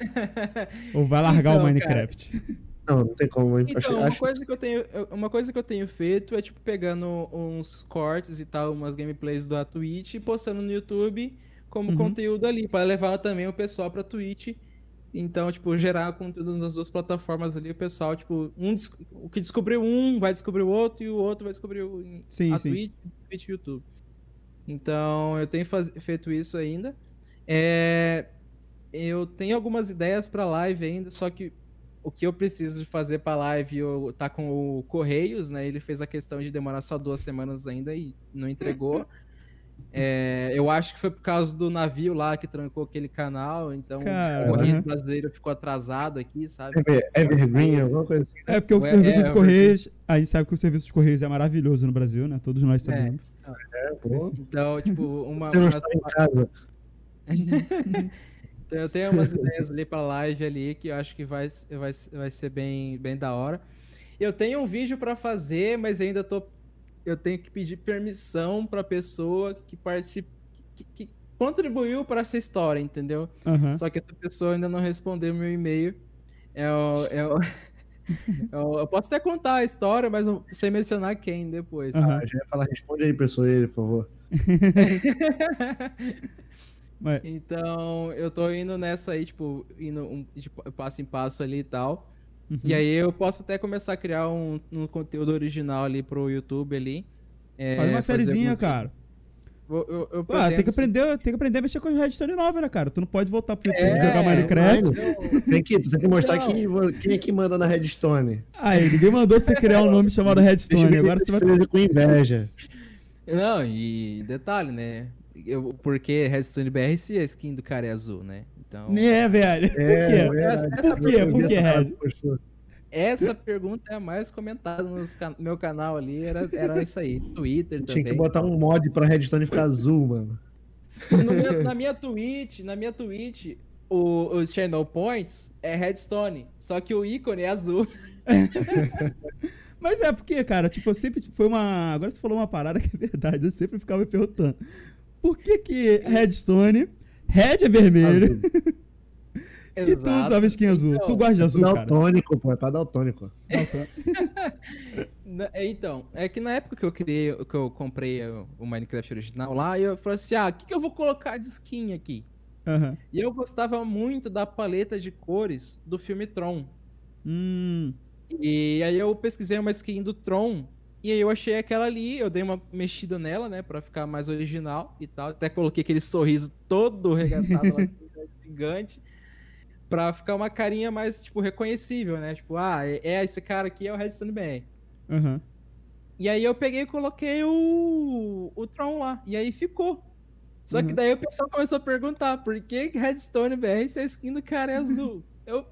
Ou vai largar Então, o Minecraft? Não, não tem como. Eu Então, acho, uma acho coisa que eu tenho, eu- uma coisa que eu tenho feito é tipo pegando uns cortes e tal, umas gameplays da Twitch e postando no YouTube como Uhum. conteúdo ali, para levar também o pessoal pra Twitch. Então, tipo, gerar conteúdo nas duas plataformas ali, o pessoal, tipo, um des- o que descobriu um vai descobrir o outro e o outro vai descobrir o, Sim, a sim. Twitch, Twitch e o YouTube. Então, eu tenho faz- feito isso ainda. É, eu tenho algumas ideias pra live ainda, só que o que eu preciso de fazer pra live eu tá com o Correios, né? Ele fez a questão de demorar só duas semanas ainda e não entregou. É, eu acho que foi por causa do navio lá que trancou aquele canal, então Cara, o Correios aham. brasileiro ficou atrasado aqui, sabe? Ever- Evergreen, alguma coisa assim. É porque o Ué, serviço é, de eu Correios. A gente sabe que o serviço de Correios é maravilhoso no Brasil, né? Todos nós sabemos. É, pô. Então, tipo, uma, Você não umas- está em casa. Então, eu tenho umas ideias ali pra live ali que eu acho que vai, vai, vai ser bem, bem da hora. Eu tenho um vídeo pra fazer, mas ainda tô. Eu tenho que pedir permissão pra pessoa que participou, que, que contribuiu para essa história, entendeu? Aham. Só que essa pessoa ainda não respondeu meu e-mail. É o, é o- é o- eu posso até contar a história, mas não- sem mencionar quem depois. Aham. Ah, já ia falar, responde aí, pessoa, aí, por favor. Mas, Então, eu tô indo nessa aí, tipo, indo um, de passo em passo ali e tal. uhum. E aí eu posso até começar a criar um, um conteúdo original ali pro YouTube ali. É, Faz uma fazer sériezinha, alguns cara. vídeos. Vou- Eu, eu Pô, tem que pretendo, sim. aprender, tem que aprender a mexer com a redstone nova, né, cara? Tu não pode voltar pro YouTube É, jogar Minecraft. eu- Tem que, tu tem que mostrar Não. quem, vo- quem é que manda na Redstone. Aí, ninguém mandou você criar um nome chamado redstone. Agora você vai. com inveja. Não, e detalhe, né? Eu, porque Redstone B R se a skin do cara é azul, né? Então, É, velho. É, Por quê? verdade. Por quê? Por quê, Essa Red? postura. essa pergunta é a mais comentada no meu canal ali, era, era isso aí. Twitter Tu também. tinha que botar um mod pra Redstone ficar azul, mano. No meu- na minha Twitch, na minha Twitch, o- os channel points é redstone, só que o ícone é azul. Mas é porque, cara, tipo, eu sempre foi uma. Agora você falou uma parada que é verdade. Eu sempre ficava me perguntando. Por que que redstone, red é vermelho e tu usava skin azul? Então, Tu gosta de azul, cara? Daltônico, pô, é pra daltônico. Na- Então, é que na época que eu criei, que eu comprei o o Minecraft original lá, eu falei assim, ah, o que, que eu vou colocar de skin aqui? Aham. E eu gostava muito da paleta de cores do filme Tron. Hum. E aí eu pesquisei uma skin do Tron, e aí eu achei aquela ali, eu dei uma mexida nela, né, pra ficar mais original e tal. Até coloquei aquele sorriso todo regaçado lá, gigante, pra ficar uma carinha mais, tipo, reconhecível, né? Tipo, ah, é, é esse cara aqui é o Redstone B R. Aham. E aí eu peguei e coloquei o, o Tron lá. E aí ficou. Só que Uhum. daí o pessoal começou a perguntar por que que Redstone B R se a skin do cara é azul? Eu.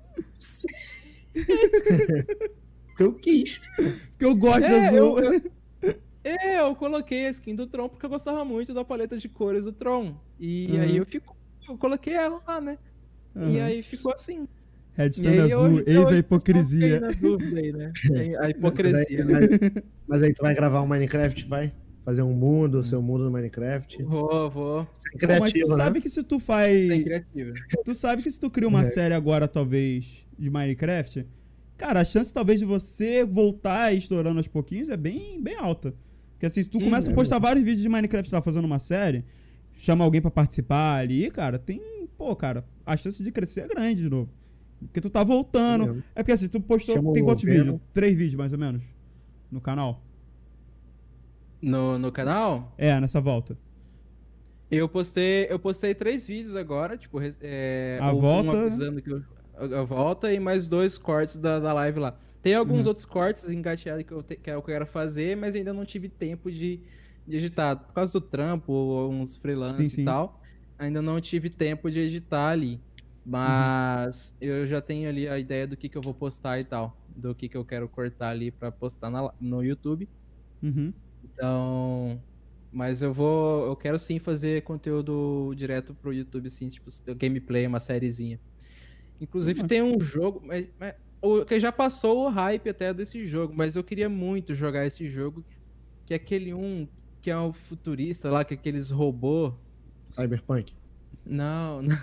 Porque eu quis. Porque eu gosto É, azul. eu- É, eu coloquei a skin do Tron porque eu gostava muito da paleta de cores do Tron. E Uhum. aí eu fico. Eu coloquei ela lá, né? E Aham. aí ficou assim. E Redstone aí azul, hoje, até eis a hoje, o pessoal fica aí hipocrisia. na dúvida aí, né? Tem a Mas aí, hipocrisia. mas, mas aí tu vai gravar um Minecraft, vai? Fazer um mundo, o seu mundo no Minecraft. Vou, vou. Sem Pô, mas tu criativo, né? sabe que se tu faz... Sem criativo. Tu sabe que se tu cria uma É. série agora, talvez, de Minecraft, cara, a chance talvez de você voltar estourando aos pouquinhos é bem, bem alta. Porque assim, se tu Hum, começa é a postar vários vídeos de Minecraft lá fazendo uma série, chama alguém pra participar ali, cara, tem, pô, cara, a chance de crescer é grande de novo. Porque tu tá voltando. mesmo. É porque assim, tu postou, Chama tem o quantos Venom. vídeos? Três vídeos, mais ou menos, no canal? No, no canal, É, nessa volta. eu postei, eu postei três vídeos agora, tipo, res- é, A um volta, né? avisando que eu, a, a volta e mais dois cortes da, da live lá. Tem alguns Uhum. outros cortes engateados que eu, te, que eu quero fazer, mas ainda não tive tempo de, de editar. Por causa do trampo, uns freelance Sim, sim. e tal, ainda não tive tempo de editar ali. Mas eu já tenho ali a ideia do que, que eu vou postar e tal. Do que, que eu quero cortar ali pra postar na, no YouTube. Uhum. Então, mas eu vou, eu quero sim fazer conteúdo direto pro YouTube, assim, tipo gameplay, uma sériezinha. Inclusive Uhum. tem um jogo, mas, mas o que já passou o hype até desse jogo, mas eu queria muito jogar esse jogo, que é aquele um que é um futurista lá, que é aqueles robô. Cyberpunk. Não, não.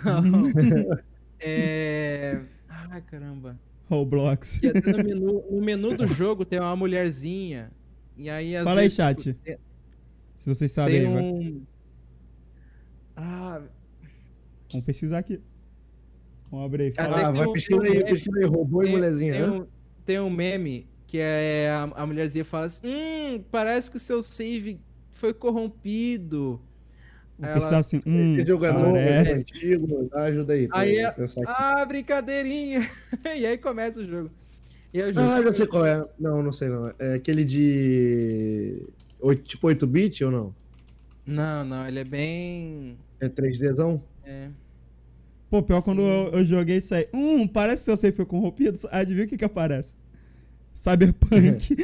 É, ai, caramba. Roblox. Que até no menu, no menu do jogo tem uma mulherzinha. E aí às Fala aí, vezes, chat. tipo, tem- Se vocês sabem tem aí, vai. um Ah, Vamos pesquisar aqui. Vamos abrir aí. Até Fala. Ah, que vai tem um- pesquisa tem um aí, meme- pesquisa aí, robô e tem, mulherzinha. tem hã? um, tem um meme que é a, a mulherzinha fala assim: Hum, parece que o seu save foi corrompido. Vou Aí pesquisar ela- assim. Hum, Esse jogo é novo, é parece. antigo, ajuda aí. pra Aí eu é- pensar aqui. Ah, brincadeirinha! E aí começa o jogo. E aí o jogo Ah, já sei qual é. Não, não sei não. É aquele de. oito- Tipo oito bit ou não? Não, não, ele é bem. É três Dzão? É. Pô, pior quando Sim. eu, eu joguei isso aí. Hum, parece que seu save foi corrompido. Adivinha o que que aparece? Cyberpunk.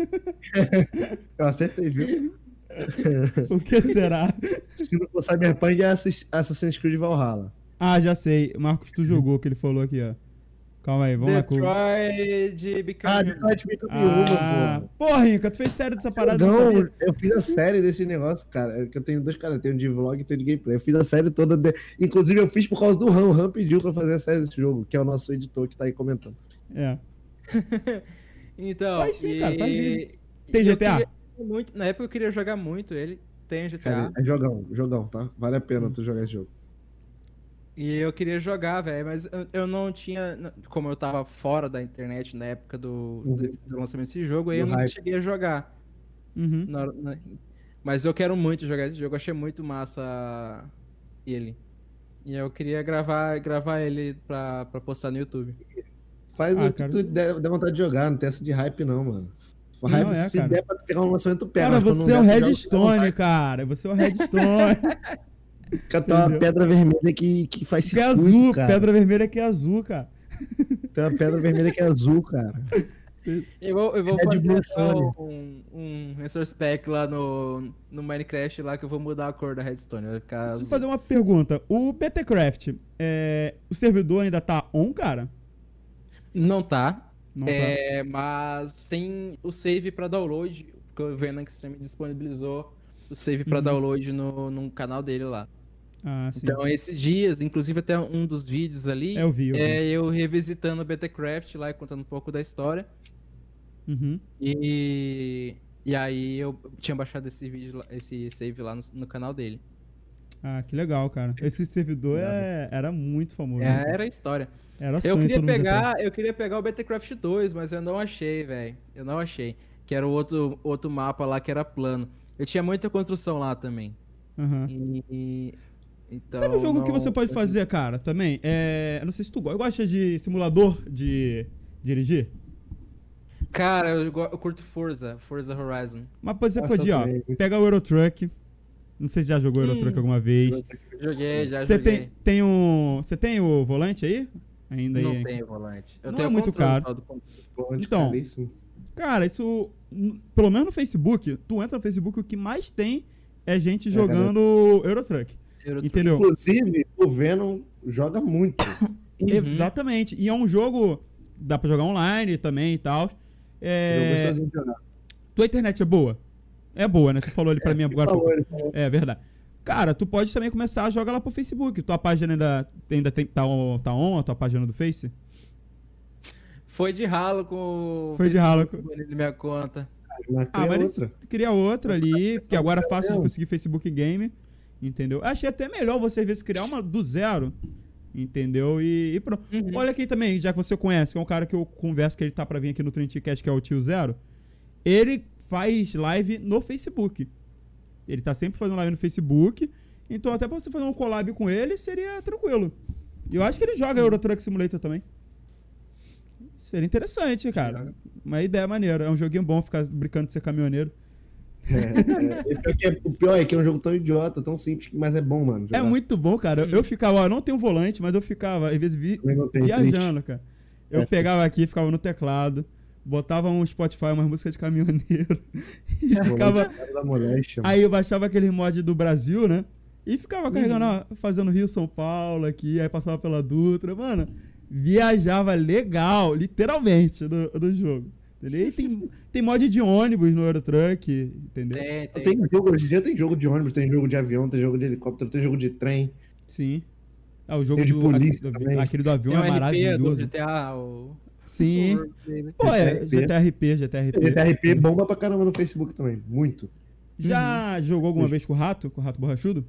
Eu acertei, viu? O que será? Se não for Cyberpunk, é Assass- Assassin's Creed Valhalla. Ah, já sei. Marcos, tu jogou que ele falou aqui, ó. Calma aí, vamos lá. com- Detroit Become Ah, Human. Detroit Become Ah, Human, pô. porra, Rica, tu fez série dessa parada, eu não Não, sabia. eu fiz a série desse negócio, cara. É que eu tenho dois caras, eu tenho de vlog e tenho de gameplay. Eu fiz a série toda. De... Inclusive, eu fiz por causa do Ram. O Ram pediu pra fazer a série desse jogo, que é o nosso editor que tá aí comentando. É. Então, Faz sim, cara, faz e- mesmo. Tem e eu G T A? queria muito- na época eu queria jogar muito ele. Tem G T A. Cara, é jogão, jogão, tá? Vale a pena tu jogar esse jogo. E eu queria jogar, velho, mas eu, eu não tinha. Como eu tava fora da internet na época do, Uhum. do, do lançamento desse jogo, aí Do eu não hype. cheguei a jogar. Uhum. Na hora- na- mas eu quero muito jogar esse jogo, eu achei muito massa ele. E eu queria gravar, gravar ele pra, pra postar no YouTube. Faz Ah, o que cara. tu der, der vontade de jogar, não tem essa de hype, não, mano. Não, Hype, é, se cara. der pra tu pegar um lançamento, tu pega. Cara, mas quando você é não o der, tu joga, Redstone, cara. Você é o Redstone. Fica tua Entendeu? pedra vermelha que, que faz Que é circuito, azul, cara. pedra vermelha que é azul, cara. Tem uma pedra vermelha que é azul, cara. Eu vou, eu vou Red fazer Bull até Sunny. um, um resource pack lá no, no Minecraft lá que eu vou mudar a cor da Redstone. Vai ficar Deixa eu azul. fazer uma pergunta. O BTCraft, é... o servidor ainda tá on, cara? Não tá. Não tá. É, mas tem o save pra download, porque o Venom Extreme disponibilizou o save pra Uhum. download no, no canal dele lá. Ah, sim. Então, esses dias, inclusive até um dos vídeos ali, É, eu vi, eu vi. é eu revisitando o BTCraft lá e contando um pouco da história. Uhum. E, e aí eu tinha baixado esse vídeo, lá- esse save lá no, no canal dele. Ah, que legal, cara. Esse servidor é... era muito famoso. né, É, cara? era a história. Era Eu sonho queria todo mundo ter. pegar, eu queria pegar o BTCraft dois, mas eu não achei, velho. Eu não achei. Que era o outro, outro mapa lá que era plano. Eu tinha muita construção lá também. Aham. E, e- então, Sabe o jogo que não- você pode fazer, cara, também? É... Eu não sei se tu gosta. Gosta de simulador de dirigir? Cara, eu, go- eu curto Forza, Forza Horizon. Mas você Nossa, podia, ó, também. pegar o Euro Truck. Não sei se já jogou Euro Hum. Truck alguma vez. Joguei, já Você joguei. tem, tem um. Você tem o volante aí? Ainda Não aí? tenho volante. Eu Não tenho é muito controle caro. só do controle. Volante Então. caríssimo. Cara, isso. n- Pelo menos no Facebook, tu entra no Facebook, o que mais tem é gente É, jogando Euro Truck. Euro Entendeu? Inclusive, o Venom joga muito. Uhum. Exatamente. E é um jogo. Dá pra jogar online também e tal. Jogo É, sozinho de jogar. tua internet é boa? É boa, né? Tu falou ali pra mim Ele agora. há falou, pouco. ele falou. É verdade. Cara, tu pode também começar a jogar lá pro Facebook. Tua página ainda, ainda tem, tá, on, tá on, a tua página do Face? Foi de ralo com o Foi de ralo com- Facebook na minha conta. Mas Ah, cria mas outra. cria outra ali, porque agora é fácil de mesmo. conseguir Facebook Game, entendeu? Achei até melhor você, às vezes, criar uma do zero, entendeu? E, e pronto. Uhum. Olha aqui também, já que você conhece, que é um cara que eu converso, que ele tá pra vir aqui no Trendcast, que é o Tio Zero. Ele faz live no Facebook. Ele tá sempre fazendo live no Facebook, então até pra você fazer um collab com ele, seria tranquilo. E eu acho que ele joga Euro Truck Simulator também. Seria interessante, cara. Uma ideia maneira. É um joguinho bom ficar brincando de ser caminhoneiro. É, é, e pior que é- o pior é que é um jogo tão idiota, tão simples, mas é bom, mano. É jogar. muito bom, cara. Eu, eu ficava, ó, eu não tenho volante, mas eu ficava, às vezes, vi- Também não tem viajando, cara. Eu É, pegava aqui, ficava no teclado, botava um Spotify, umas músicas de caminhoneiro. E triste. ficava. Volante da moléstia, mano. Aí eu baixava aquele mod do Brasil, né? E ficava carregando, ó, fazendo Rio São Paulo aqui, aí passava pela Dutra, mano. Viajava legal, literalmente, no, no jogo. Entendeu? E tem, tem mod de ônibus no Eurotruck, entendeu? Tem, tem. Tem jogo, hoje em dia tem jogo de ônibus, tem jogo de avião, tem jogo de helicóptero, tem jogo de trem. Sim. Ah, o jogo Tem de do, polícia aquele, também. do, aquele do avião Tem o é R P do maravilhoso. G T A, o... Sim. o Roleplay, né? Pô, é, G T R P. G T R P, G T R P. G T R P bomba pra caramba no Facebook também, muito. Já jogou alguma vez com o Rato? Com o Rato Borrachudo?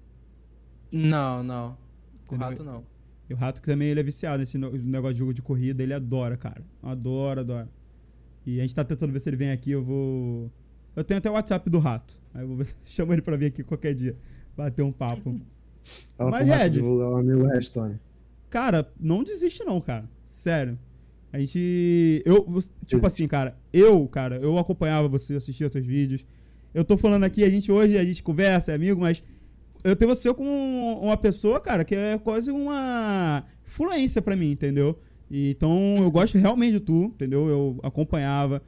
Não, não. Com o Entendeu? rato, não. E o Rato que também ele é viciado nesse no- negócio de jogo de corrida, ele adora, cara. Adora, adora. E a gente tá tentando ver se ele vem aqui, eu vou... Eu tenho até o WhatsApp do Rato. Aí eu vou ver... chamo ele pra vir aqui qualquer dia. Bater um papo. Fala Mas, pro Rato Red, divulgar o amigo Redstone. Cara, não desiste não, cara. Sério. A gente... Eu, tipo assim, cara, eu, cara, eu acompanhava você, assistia teus vídeos. Eu tô falando aqui, a gente hoje, a gente conversa, é amigo, mas eu tenho você como uma pessoa, cara, que é quase uma influência pra mim, entendeu? E, então, eu gosto realmente de tu, entendeu? Eu acompanhava.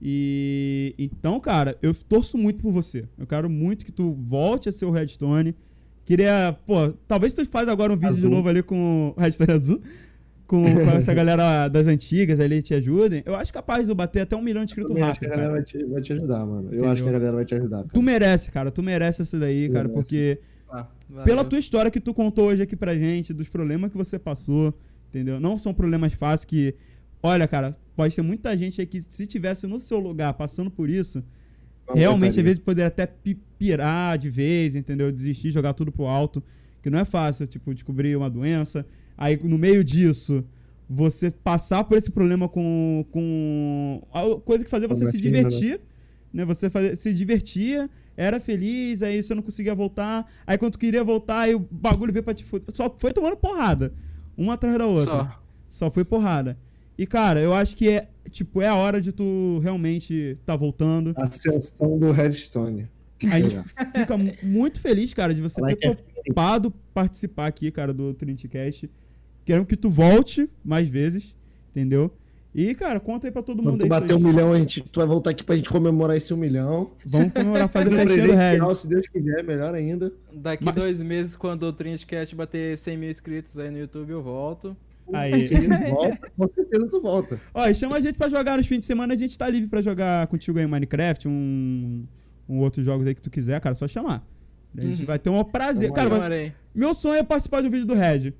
E então, cara, eu torço muito por você. Eu quero muito que tu volte a ser o Redstone. Queria, pô, talvez tu faz agora um vídeo Azul. de novo ali com o Redstone Azul. Com, com essa galera das antigas ali te ajudem. Eu acho capaz de eu bater até um milhão de inscritos Também acho que rápido, a galera cara. vai te, vai te ajudar, mano. Eu Entendeu? acho que a galera vai te ajudar, cara. Tu merece, cara. Tu merece essa daí, cara, Merece. porque Ah, valeu. pela tua história que tu contou hoje aqui pra gente, dos problemas que você passou, entendeu? Não são problemas fáceis que, olha, cara, pode ter muita gente aí que se tivesse no seu lugar passando por isso, Não realmente aguentaria. às vezes poderia até pi- pirar de vez, entendeu? Desistir, jogar tudo pro alto, que não é fácil, tipo, descobrir uma doença. Aí no meio disso, você passar por esse problema com, com a coisa que fazia Com você se gatilho, né? divertir, né? Você fazia, se divertia, era feliz, aí você não conseguia voltar. Aí quando tu queria voltar, aí o bagulho veio pra te fuder. Só foi tomando porrada, uma atrás da outra. Só. Só foi porrada. E, cara, eu acho que é, tipo, é a hora de tu realmente tá voltando. Ascensão do Redstone. A gente fica mu- muito feliz, cara, de você Like ter é topado participar aqui, cara, do Trinitycast. Quero que tu volte mais vezes, entendeu? E, cara, conta aí pra todo Quando mundo tu aí. bater um suas- milhão, a gente, tu vai voltar aqui pra gente comemorar esse um milhão. Vamos comemorar, fazer No a festinha do Red. presencial, se Deus quiser, melhor ainda. Daqui Mas- dois meses, quando o Trindcast bater cem mil inscritos aí no YouTube, eu volto. Aí. Que isso, volta, com certeza tu volta. Ó, e chama a gente pra jogar nos fins de semana, a gente tá livre pra jogar contigo aí em Minecraft, um, um outros jogos aí que tu quiser, cara, só chamar. A gente Uhum. vai ter um prazer. Vamos Cara, vai- Chamarei. meu sonho é participar de um vídeo do Red.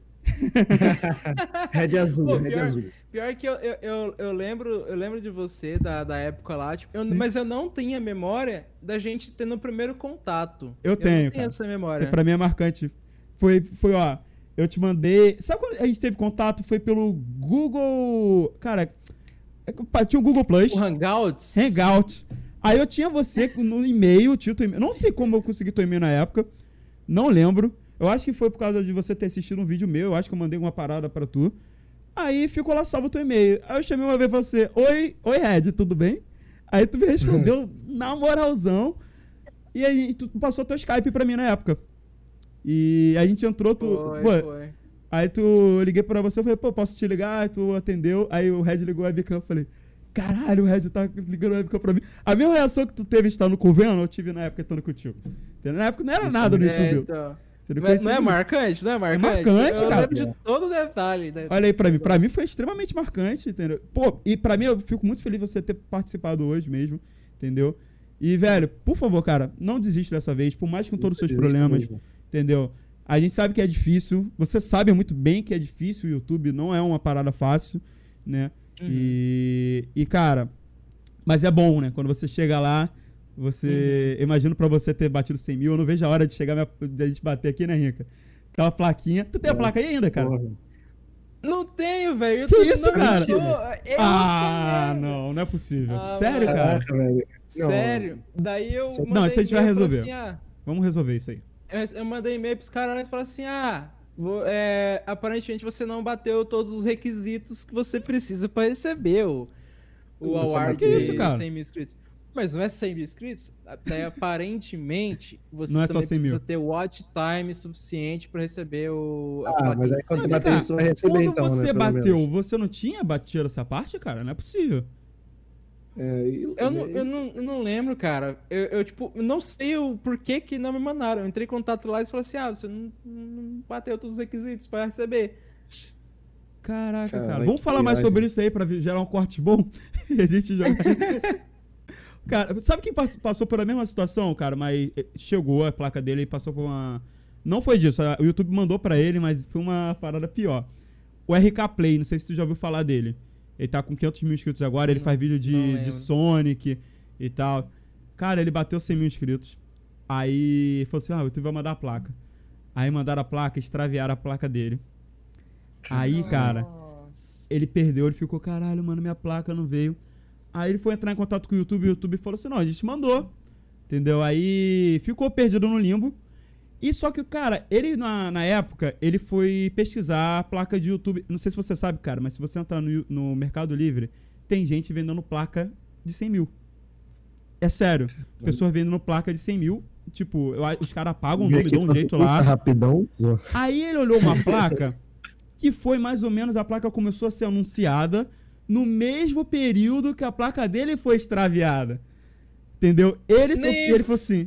Red azul, Pô, red pior- azul. Pior que eu, eu, eu, eu lembro, eu lembro de você, da, da época lá, tipo, eu- Sim. mas eu não tenho a memória da gente tendo o primeiro contato. Eu tenho, não tenho cara. essa memória. Isso pra mim é marcante. Foi, foi, ó, eu te mandei... Sabe quando a gente teve contato? Foi pelo Google... Cara, é que, pá, tinha o Google Plus, O Hangouts? Hangout. Aí eu tinha você no e-mail, tinha o teu e-mail. Não sei como eu consegui teu e-mail na época. Não lembro. Eu acho que foi por causa de você ter assistido um vídeo meu. Eu acho que eu mandei uma parada pra tu. Aí ficou lá salvo o teu e-mail. Aí eu chamei uma vez pra você, oi, oi Red, tudo bem? Aí tu me respondeu na moralzão. E aí tu passou teu Skype pra mim na época. E a gente entrou, tu... Foi, pô, foi. aí tu, eu liguei pra você, eu falei, pô, posso te ligar? Aí tu atendeu, aí o Red ligou a webcam, eu falei, caralho, o Red tá ligando a webcam pra mim. A mesma reação que tu teve estar no Conveno, eu tive na época estando contigo. Entendeu? Na época não era nada no É, YouTube. então. Entendeu? Não é, não é Conheci- marcante? Não é marcante? marcante, eu cara. lembro de todo o detalhe. Né? Olha aí pra mim, pra mim foi extremamente marcante, entendeu? Pô, e pra mim eu fico muito feliz de você ter participado hoje mesmo, entendeu? E, velho, por favor, cara, não desiste dessa vez, por mais que com todos os seus problemas, entendeu? A gente sabe que é difícil, você sabe muito bem que é difícil, o YouTube não é uma parada fácil, né? Uhum. E, e, cara, mas é bom, né? Quando você chega lá, você... Uhum. Imagino pra você ter batido cem mil, eu não vejo a hora de chegar, minha, de a gente bater aqui, né, Rica? Tá uma plaquinha. Tu tem a É. placa aí ainda, cara? Porra. Não tenho, velho. Que YouTube isso, não cara? deixou. Eu Ah, tenho. não, não é possível. Ah, Sério, mano. cara? Caraca, velho. Não. Sério. Daí eu. Não, mandei isso a gente vai e-mail e falei resolver. assim, ah, Vamos resolver isso aí. eu, eu mandei e-mail pros caras e falei assim: ah, vou- é, aparentemente você não bateu todos os requisitos que você precisa pra receber o, o Você award bateu. Que isso, de cara? cem mil inscritos. Mas não é cem mil inscritos? Até aparentemente você Não é só também cem mil. precisa ter watch time suficiente pra receber o. a Ah, plaquinha mas aí de quando cem tu mil. bater isso, tu vai receber quando então, né? você pelo bateu, menos. você não tinha batido essa parte, cara? Não é possível. É, e- Eu não, eu, não, eu não lembro, cara. Eu, eu, tipo, não sei o porquê que não me mandaram. Eu entrei em contato lá e falei assim: ah, você não, não bateu todos os requisitos pra receber. Caraca, Cara, cara. que Vamos falar mais viagem. sobre isso aí pra vi- gerar um corte bom? Existe jogar. Cara, sabe quem pass- passou pela mesma situação, cara? Mas eh, chegou a placa dele e passou por uma... Não foi disso, a- o YouTube mandou pra ele, mas foi uma parada pior. O R K Play, não sei se tu já ouviu falar dele. Ele tá com quinhentos mil inscritos agora, ele Não, faz vídeo não de, lembro. de Sonic e tal. Cara, ele bateu cem mil inscritos. Aí falou assim, ah, o YouTube vai mandar a placa. Aí mandaram a placa, extraviaram a placa dele. Aí, cara, Nossa. ele perdeu, ele ficou, caralho, mano, minha placa não veio. Aí ele foi entrar em contato com o YouTube, e o YouTube falou assim, não, a gente mandou. Entendeu? Aí ficou perdido no limbo. E só que, cara, ele na, na época, ele foi pesquisar a placa de YouTube. Não sei se você sabe, cara, mas se você entrar no, Yu- no Mercado Livre, tem gente vendendo placa de cem mil. É sério. Pessoas vendendo placa de cem mil. Tipo, eu, acho- os caras pagam o Vê nome, que dão um quanto jeito custa lá. Rapidão. Aí ele olhou uma placa que foi mais ou menos, a placa começou a ser anunciada no mesmo período que a placa dele foi extraviada. Entendeu? Ele, só, Nem- ele falou assim...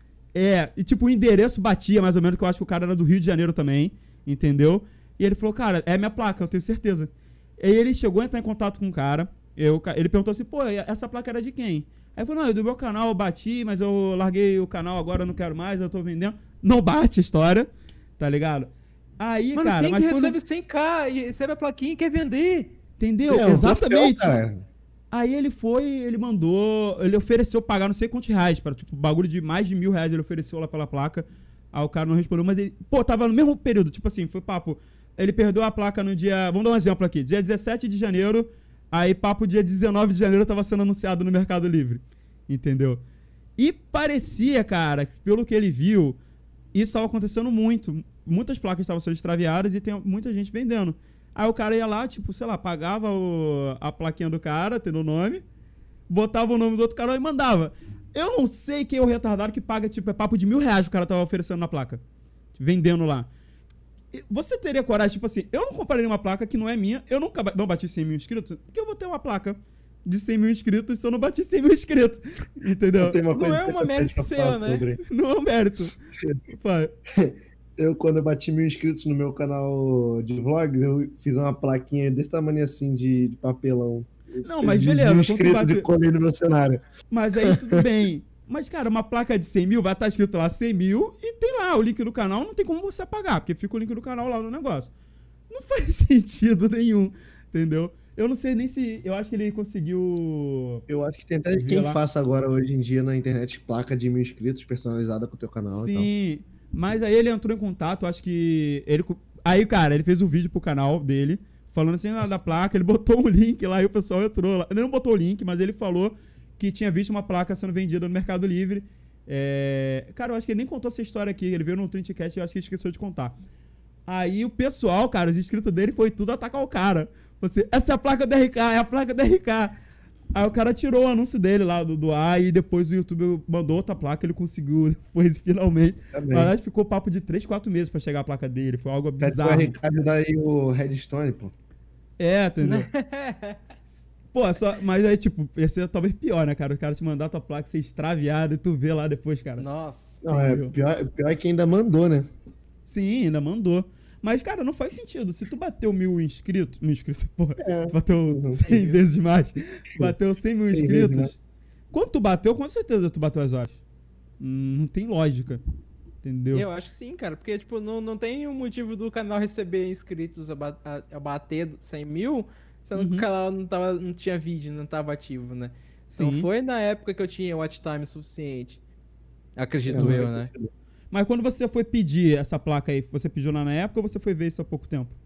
É, e tipo, o endereço batia mais ou menos, que eu acho que o cara era do Rio de Janeiro também, entendeu? E ele falou, cara, é minha placa, eu tenho certeza. Aí ele chegou a entrar em contato com o cara, eu, ele perguntou assim, pô, essa placa era de quem? Aí ele falou, não, é do meu canal, eu bati, mas eu larguei o canal agora, eu não quero mais, eu tô vendendo. Não bate a história, tá ligado? Aí, Mano, cara, quem mas que foi no- recebe cem k e recebe a plaquinha e quer vender? Entendeu? É, um Exatamente. troféu, cara. Aí ele foi, ele mandou, ele ofereceu pagar não sei quantos reais, para tipo, bagulho de mais de mil reais ele ofereceu lá pela placa. Aí o cara não respondeu, mas ele, pô, tava no mesmo período, tipo assim, foi papo. Ele perdeu a placa no dia, vamos dar um exemplo aqui, dia dezessete de janeiro, aí papo dia dezenove de janeiro tava sendo anunciado no Mercado Livre. Entendeu? E parecia, cara, pelo que ele viu, isso estava acontecendo muito. Muitas placas estavam sendo extraviadas e tem muita gente vendendo. Aí o cara ia lá, tipo, sei lá, pagava o, a plaquinha do cara, tendo o nome, botava o nome do outro cara e mandava. Eu não sei quem é o retardado que paga, tipo, é papo de mil reais que o cara tava oferecendo na placa. Vendendo lá. E você teria coragem, tipo assim, eu não compraria uma placa que não é minha, eu nunca ba- não bati cem mil inscritos, porque eu vou ter uma placa de cem mil inscritos se eu não bati cem mil inscritos. Entendeu? Tem uma Não coisa é uma interessante mérito pra seu, falar né? sobre. Não é um mérito. Pai. Eu, quando eu bati mil inscritos no meu canal de vlogs, eu fiz uma plaquinha desse tamanho assim de, de papelão. Não, mas de beleza, mil quando tu inscritos bate- e colei no meu cenário. Mas aí tudo bem. Mas, cara, uma placa de cem mil vai estar escrito lá cem mil e tem lá o link do canal, não tem como você apagar, porque fica o link do canal lá no negócio. Não faz sentido nenhum, entendeu? Eu não sei nem se... Eu acho que ele conseguiu... Eu acho que tem até Vi quem lá. faça agora hoje em dia na internet placa de mil inscritos personalizada com o teu canal e tal. Sim, mas aí ele entrou em contato, acho que... ele co- Aí, cara, ele fez um vídeo pro canal dele, falando assim ah, da placa, ele botou um link lá e o pessoal entrou lá. Ele não botou o link, mas ele falou que tinha visto uma placa sendo vendida no Mercado Livre. É... Cara, eu acho que ele nem contou essa história aqui, ele veio no Trintcast e eu acho que ele esqueceu de contar. Aí o pessoal, cara, os inscritos dele foi tudo atacar o cara. Você, essa é a placa do R K, é a placa do R K. Aí o cara tirou o anúncio dele lá do, do ar e depois o YouTube mandou outra placa, ele conseguiu depois finalmente. Também. Mas ficou papo de três, quatro meses pra chegar a placa dele, foi algo Pede pro bizarro. R K daí o Redstone, pô. É, entendeu? Pô, só, mas aí, tipo, ia ser talvez pior, né, cara? O cara te mandar tua placa ser extraviada e tu vê lá depois, cara. Nossa. Não, é Entendeu? pior, pior é que ainda mandou, né? Sim, ainda mandou. Mas, cara, não faz sentido. Se tu bateu mil inscritos... Mil inscritos, porra. É. Tu bateu Uhum. cem vezes mais. Bateu cem mil cem inscritos. vezes, Quando tu bateu, com certeza tu bateu as horas. Hum, Não tem lógica. Entendeu? Eu acho que sim, cara, porque, tipo, não, não tem um motivo do canal receber inscritos a, ba- a- a bater cem mil, sendo que Uhum. o canal não, tava, não tinha vídeo, não tava ativo, né? Então Sim. foi na época que eu tinha watch time suficiente. Acredito É, eu, mas- né? Mas quando você foi pedir essa placa aí, você pediu lá na época ou você foi ver isso há pouco tempo?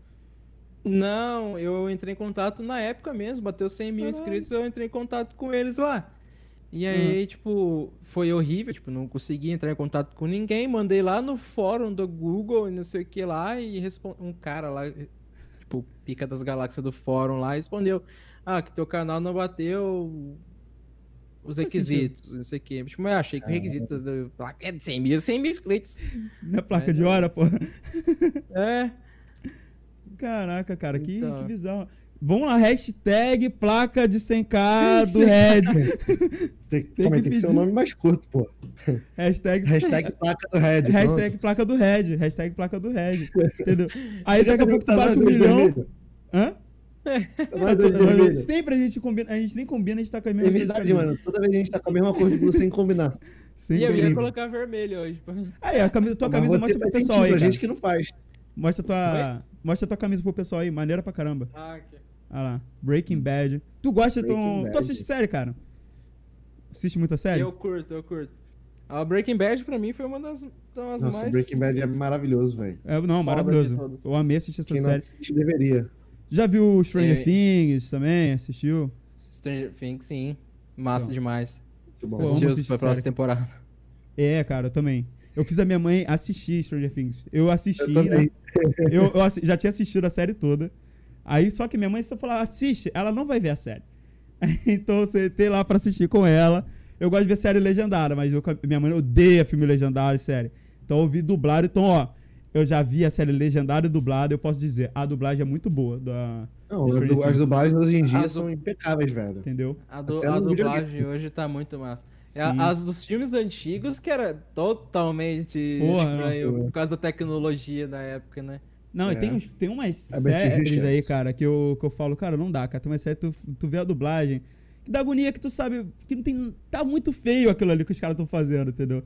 Não, eu entrei em contato na época mesmo, bateu cem mil Caralho. inscritos, eu entrei em contato com eles lá. E aí, tipo, foi horrível, tipo, não consegui entrar em contato com ninguém, mandei lá no fórum do Google e não sei o que lá, e respon- um cara lá, tipo, pica das galáxias do fórum lá, respondeu, ah, que teu canal não bateu os Faz requisitos, não sei o que. Tipo, mas eu achei que o requisito do placa é de cem mil, cem mil inscritos. Não é placa Mas de não. hora, porra. É, Caraca, cara, que, Então. que bizarro. Vamos lá, hashtag placa de cem k do Red. Tem, Tem calma aí, que tem que ser um pedir. nome mais curto, pô. Hashtag, Hashtag placa do Red. hashtag placa do Red. Hashtag placa do Red. Entendeu? Aí daqui a pouco tu Tá bate um nós dois milhão. vermelho. Hã? Tá nós dois vermelho. Sempre a gente combina, a gente nem combina, a gente tá com a É mesma verdade, camisa. mano. Toda vez a gente tá com a mesma cor de blusa sem combinar. Sempre e eu ia incrível. colocar vermelho hoje. pô. Aí, a camisa, tua Mas camisa você mostra pro faz pessoal aí, sentido, a cara. gente que não faz. Mostra tua, mostra tua camisa pro pessoal aí, maneira pra caramba. Ah, aqui. Olha lá, Breaking Bad. Tu gosta, Breaking então, Bad. tu assiste série, cara? Assiste muita série? Eu curto, eu curto. A Breaking Bad pra mim foi uma das, das Nossa, mais... Breaking Bad é maravilhoso, velho. É, não, Foda maravilhoso. de todas. Eu amei assistir essa Quem não série. assiste deveria. Já viu Stranger É. Things também? Assistiu? Stranger Things, sim. Massa Então. demais. Muito bom. Pô, vamos Ansioso assistir pra próxima série. temporada. É, cara, eu também. Eu fiz a minha mãe assistir Stranger Things. Eu assisti, Eu também. né? Eu, eu assi- já tinha assistido a série toda. Aí, só que minha mãe, se eu falar, assiste, ela não vai ver a série. Então, você tem lá pra assistir com ela. Eu gosto de ver série legendada, mas eu- minha mãe odeia filme legendado e série. Então, eu vi dublado. Então, ó, eu já vi a série legendada e dublada. Eu posso dizer, a dublagem é muito boa. Da, Não, de as Stranger du- as Things, dublagens hoje em dia As são du- impecáveis, velho. entendeu? A, du- Até a no dublagem videogame. hoje tá muito massa. É, Sim. as dos filmes antigos que era totalmente Porra, estranho nossa. por causa da tecnologia da época, né? Não, É. e tem, uns- tem umas É Betty séries Richards. aí, cara, que eu, que eu falo, cara, não dá, cara. Tem uma série, tu, tu vê a dublagem, que dá agonia que tu sabe que não tem. Tá muito feio aquilo ali que os caras estão fazendo, entendeu?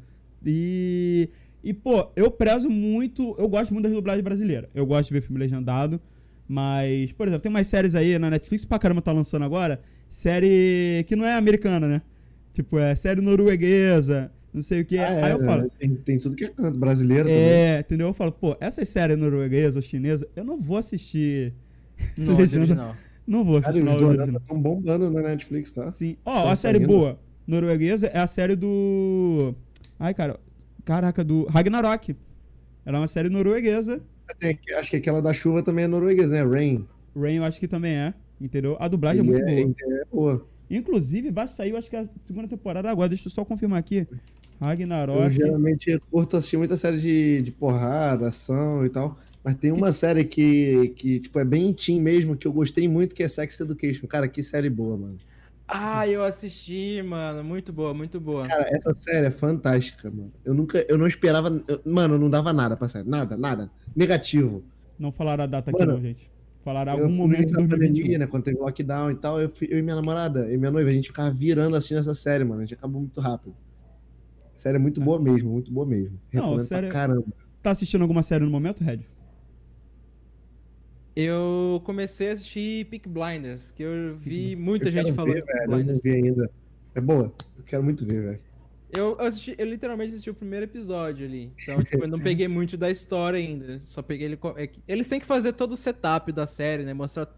E. E, pô, eu prezo muito. Eu gosto muito das dublagens brasileiras. Eu gosto de ver filme legendado. Mas, por exemplo, tem umas séries aí na Netflix pra caramba tá lançando agora. Série que não é americana, né? Tipo, é série norueguesa, não sei o que. Ah, é, aí eu né? falo. Tem, tem tudo que é canto. Brasileiro também. É, entendeu? Eu falo, pô, essas séries norueguesas ou chinesas, eu não vou assistir. No Legenda. original. Não vou Cara, assistir e na os doramas original. estão bombando na Netflix, tá? Sim. Ó, Tão a série saindo. boa norueguesa é a série do. Ai, cara. Caraca, do Ragnarok. Ela é uma série norueguesa. Tem- acho que aquela da chuva também é norueguesa, né? Rain. Rain, eu acho que também é. Entendeu? A dublagem é E muito boa. é boa. Inclusive, vai sair, eu acho que a segunda temporada agora. Deixa eu só confirmar aqui. Eu Ragnarok. geralmente curto assistir muita série de, de porrada, ação e tal. Mas tem uma série que, que tipo, é bem teen mesmo, que eu gostei muito, que é Sex Education. Cara, que série boa, mano. Ah, eu assisti, mano. Muito boa, muito boa. Cara, essa série é fantástica, mano. Eu nunca, eu não esperava. eu- mano, eu não dava nada pra série. Nada, nada. Negativo. Não falaram a data aqui, Mano, não, gente. Falaram Eu algum fui momento de na dois mil e vinte e um. pandemia, né? Quando teve lockdown e tal, eu, fui- eu e minha namorada, e minha noiva, a gente ficava virando assistindo essa série, mano. A gente acabou muito rápido. A série é muito boa mesmo, muito boa mesmo. Não, Recomendo série- pra caramba. Tá assistindo alguma série no momento, Red? Eu comecei a assistir Peaky Blinders, que eu vi muita Eu gente quero falando ver, de Peaky velho. Eu não Blinders. vi ainda. É boa? Eu quero muito ver, velho. Eu, assisti, eu literalmente assisti o primeiro episódio ali. Então, tipo, eu não peguei muito da história ainda. Só peguei ele. co- é que- eles têm que fazer todo o setup da série, né? Mostrar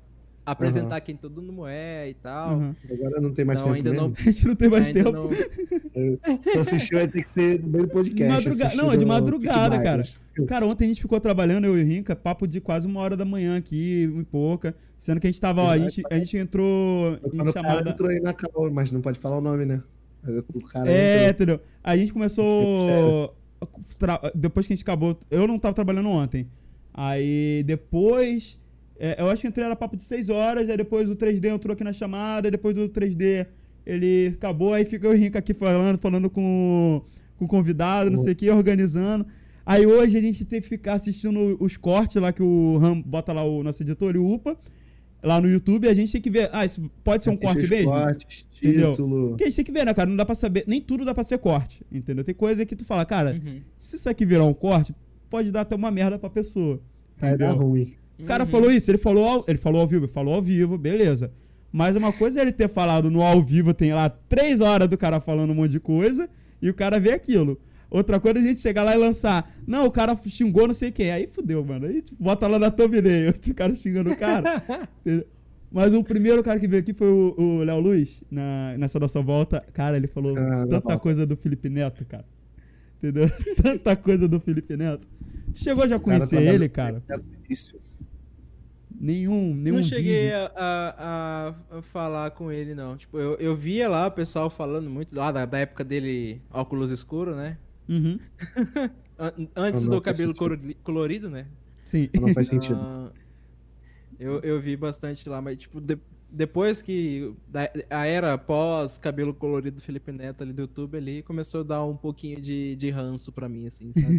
apresentar quem todo mundo é e tal. Uhum. Agora não tem mais Então, tempo ainda mesmo. não- A gente não tem mais Ainda tempo. não- Se assistir vai ter que ser no meio do podcast. Madruga- Não, é de assistindo madrugada, Peaky cara. Blinders. Cara, ontem a gente ficou trabalhando, eu e o Rinca, papo de quase uma hora da manhã aqui, e pouca. Sendo que a gente tava, ó, a gente, a gente entrou Quando em o cara chamada. entrou aí na cal, mas não pode falar o nome, né? O cara É, entrou. entendeu? A gente começou. tra- Depois que a gente acabou. Eu não tava trabalhando ontem. Aí depois. é, eu acho que entrei era papo de seis horas. Aí depois o três D entrou aqui na chamada. Aí depois do três D ele acabou. Aí fica o Rinca aqui falando, falando com, com o convidado, não sei o que, organizando. Aí hoje a gente teve que ficar assistindo os cortes lá que o Ram bota lá, o nosso editor, o Upa, lá no YouTube. A gente tem que ver. Ah, isso pode ser um Assiste corte os mesmo? cortes, Entendeu? título. Porque a gente tem que ver, né, cara? Não dá pra saber. Nem tudo dá pra ser corte, entendeu? Tem coisa que tu fala, cara, Uhum. se isso aqui virar um corte, pode dar até uma merda pra pessoa. Vai dar Entendeu? ruim. O cara Uhum. falou isso, ele falou, ao, ele falou ao vivo, ele falou ao vivo, beleza. Mas uma coisa é ele ter falado no ao vivo, tem lá três horas do cara falando um monte de coisa, e o cara vê aquilo. Outra coisa é a gente chegar lá e lançar. Não, o cara xingou não sei quem. Aí fudeu, mano. Aí tipo, bota lá na thumbnail, o cara xingando o cara. Entendeu? Mas o primeiro cara que veio aqui foi o o Léo Luiz, na, nessa nossa volta. Cara, ele falou Ah, na tanta volta. coisa do Felipe Neto, cara. Entendeu? Tanta coisa do Felipe Neto. Tu chegou já a O cara conhecer tá dando ele, cara? Isso. Nenhum, nenhum Não cheguei vídeo. a, a- a falar com ele, não. Tipo, eu, eu via lá o pessoal falando muito lá da, da época dele, óculos escuro, né? Uhum. An- Antes Não, do não faz cabelo sentido. colo- colorido, né? Sim. Não faz sentido. Ah, eu, eu vi bastante lá, mas tipo, de- depois que da- a era pós cabelo colorido do Felipe Neto ali do YouTube ali, começou a dar um pouquinho de, de ranço pra mim, assim, sabe?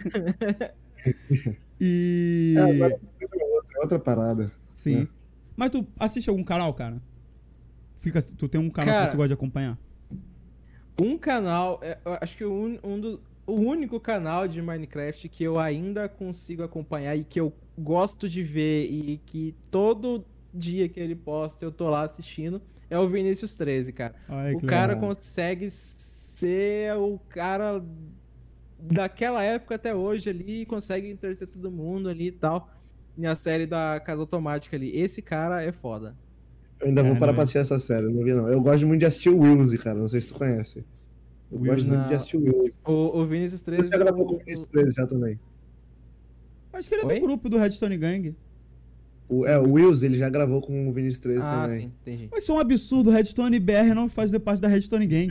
E. É, agora é outra, outra parada. Sim. É. Mas tu assiste algum canal, cara? Fica, tu tem um canal Cara, que você gosta de acompanhar? Um canal, é, eu acho que um, um do, o único canal de Minecraft que eu ainda consigo acompanhar e que eu gosto de ver e que todo dia que ele posta eu tô lá assistindo é o Vinícius treze, cara. Olha O que cara legal. consegue ser o cara daquela época até hoje ali, consegue entreter todo mundo ali e tal. E a série da Casa Automática ali. Esse cara é foda. Eu ainda vou É, parar não pra é. assistir essa série, não vi não. Eu gosto muito de assistir o Wills, cara. Não sei se tu conhece. Eu Wills, gosto muito não. de assistir o Wills. O, o Vinícius Você treze. já gravou o- com o Vinicius treze já também. Acho que ele é Oi? do grupo do Redstone Gang. O, é, o Wills, ele já gravou com o Vinicius treze Ah, também. sim, entendi. Mas isso é um absurdo, Redstone B R não faz parte da Redstone Gang.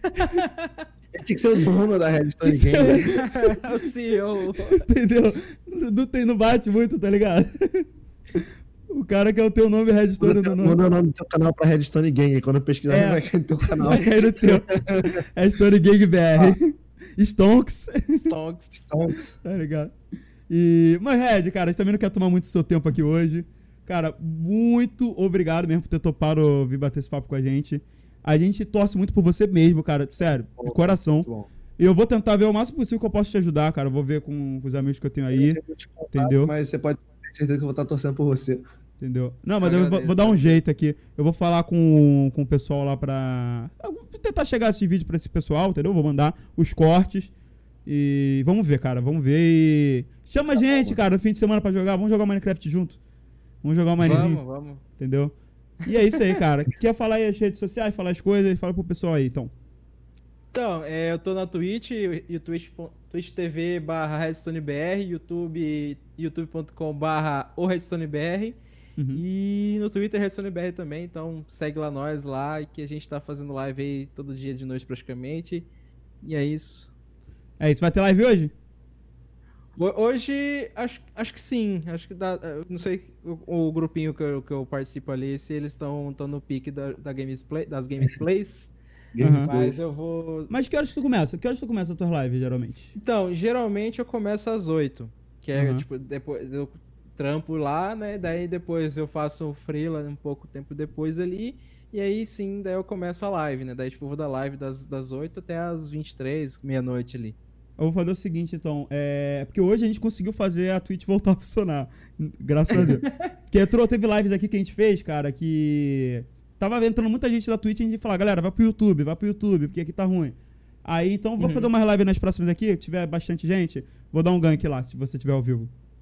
Ele tinha que ser o dono da Redstone Sim, Game. sim. o C E O. Entendeu? Não, tem, não bate muito, tá ligado? O cara quer o teu nome Redstone Muda no muda nome. o nome do teu canal pra Redstone Gang. Quando eu pesquisar, É. vai cair no teu canal. Vai cair no teu. Redstone Gang B R. Stonks, Stonks. Stonks. tá ligado? E, mas, Red, cara, a gente também não quer tomar muito do seu tempo aqui hoje. Cara, muito obrigado mesmo por ter topado vir bater esse papo com a gente. A gente torce muito por você mesmo, cara. Sério, de coração. Muito bom. E eu vou tentar ver o máximo possível que eu posso te ajudar, cara. Eu vou ver com, com os amigos que eu tenho Eu aí. não tenho muito contato, entendeu? Mas você pode ter certeza que eu vou estar torcendo por você. Entendeu? Não, mas eu vou, Agradeço, vou dar um cara. jeito aqui. Eu vou falar com, com o pessoal lá pra. Eu vou tentar chegar esse vídeo pra esse pessoal, entendeu? Vou mandar os cortes. E vamos ver, cara. Vamos ver e. Chama a gente, cara, no fim de semana pra jogar. Vamos jogar Minecraft junto. Vamos jogar o Minezinho, Vamos, vamos. entendeu? E é isso aí, cara. Quer falar aí as redes sociais, falar as coisas? Fala pro pessoal aí, então. Então, é, eu tô na Twitch, e Twitch, Twitch T V barra RedstoneBR, YouTube, youtube ponto com barra o RedstoneBR Uhum. e no Twitter RedstoneBR também, então segue lá nós lá, que a gente tá fazendo live aí todo dia de noite praticamente, e é isso. É isso. Vai ter live hoje? Ho- Hoje, acho, acho que sim, acho que dá, eu não sei o, o grupinho que eu, que eu participo ali, se eles estão no pique da, da gameplay, das gameplays, Games Aham. mas Plays. eu vou... Mas que horas que tu começa? Que horas tu começa a tua live, geralmente? Então, geralmente eu começo às oito, que é, Uhum. tipo, depois eu trampo lá, né, daí depois eu faço um freela um pouco tempo depois ali, e aí sim, daí eu começo a live, né, daí tipo, eu vou da live das, das oito até as vinte e três, meia-noite ali. Eu vou fazer o seguinte, então. É... Porque hoje a gente conseguiu fazer a Twitch voltar a funcionar. Graças a Deus. Porque entrou, teve lives aqui que a gente fez, cara, que... Tava entrando muita gente da Twitch e a gente falou, galera, vai pro YouTube, vai pro YouTube, porque aqui tá ruim. Aí, então, vou Uhum. fazer umas lives nas próximas aqui, se tiver bastante gente, vou dar um gank lá, se você tiver ao vivo.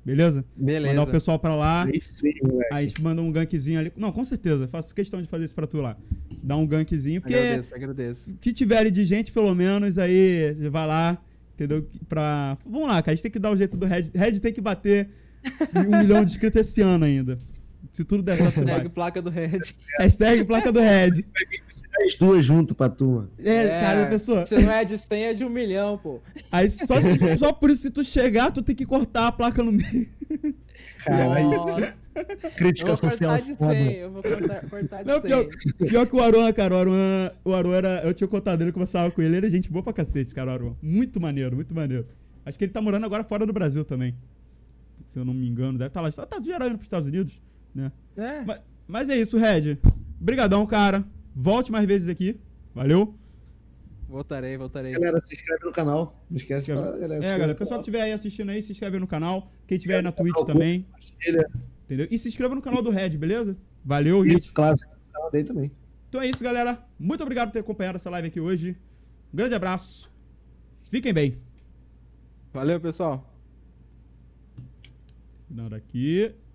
Beleza? Beleza. Mandar o pessoal pra lá. Aí sim, moleque. Aí a gente manda um gankzinho ali. Não, com certeza. Faço questão de fazer isso pra tu lá. Dar um gankzinho, porque Agradeço, agradeço. o que tiverem de gente, pelo menos, aí vai lá, entendeu? Pra... Vamos lá, cara. A gente tem que dar o jeito do Red. Red tem que bater um milhão de inscritos esse ano ainda. Se tudo der certo, Hashtag vai. placa do Red. Hashtag placa do Red. As duas junto pra turma. É, cara, pessoa. Se não é de cem, é de um milhão, pô. Aí só, se, só por isso, se tu chegar, tu tem que cortar a placa no meio. Caralho. Nossa. Crítica Eu vou social cortar de foda. cem, eu vou cortar, cortar de Não, cem. pior, pior que o Aruan, cara. O Aruan, o Aruan era. Eu tinha contado dele, eu conversava com ele. Ele é gente boa pra cacete, cara, o Aruan. Muito maneiro, muito maneiro. Acho que ele tá morando agora fora do Brasil também. Se eu não me engano, deve estar lá. Tá geral indo pros Estados Unidos, né? É. Mas, mas é isso, Red. Brigadão, cara. Volte mais vezes aqui. Valeu. Voltarei, voltarei. Galera, se inscreve no canal. Não esquece de falar, galera. É, se galera, inscreve o pessoal no que estiver aí assistindo aí, se inscreve no canal. Quem estiver aí na Twitch canal, também, compartilha. entendeu? E se inscreva no canal do Red, beleza? Valeu, Isso, gente. claro. No canal dele também. Então é isso, galera. Muito obrigado por ter acompanhado essa live aqui hoje. Um grande abraço. Fiquem bem. Valeu, pessoal. Final daqui.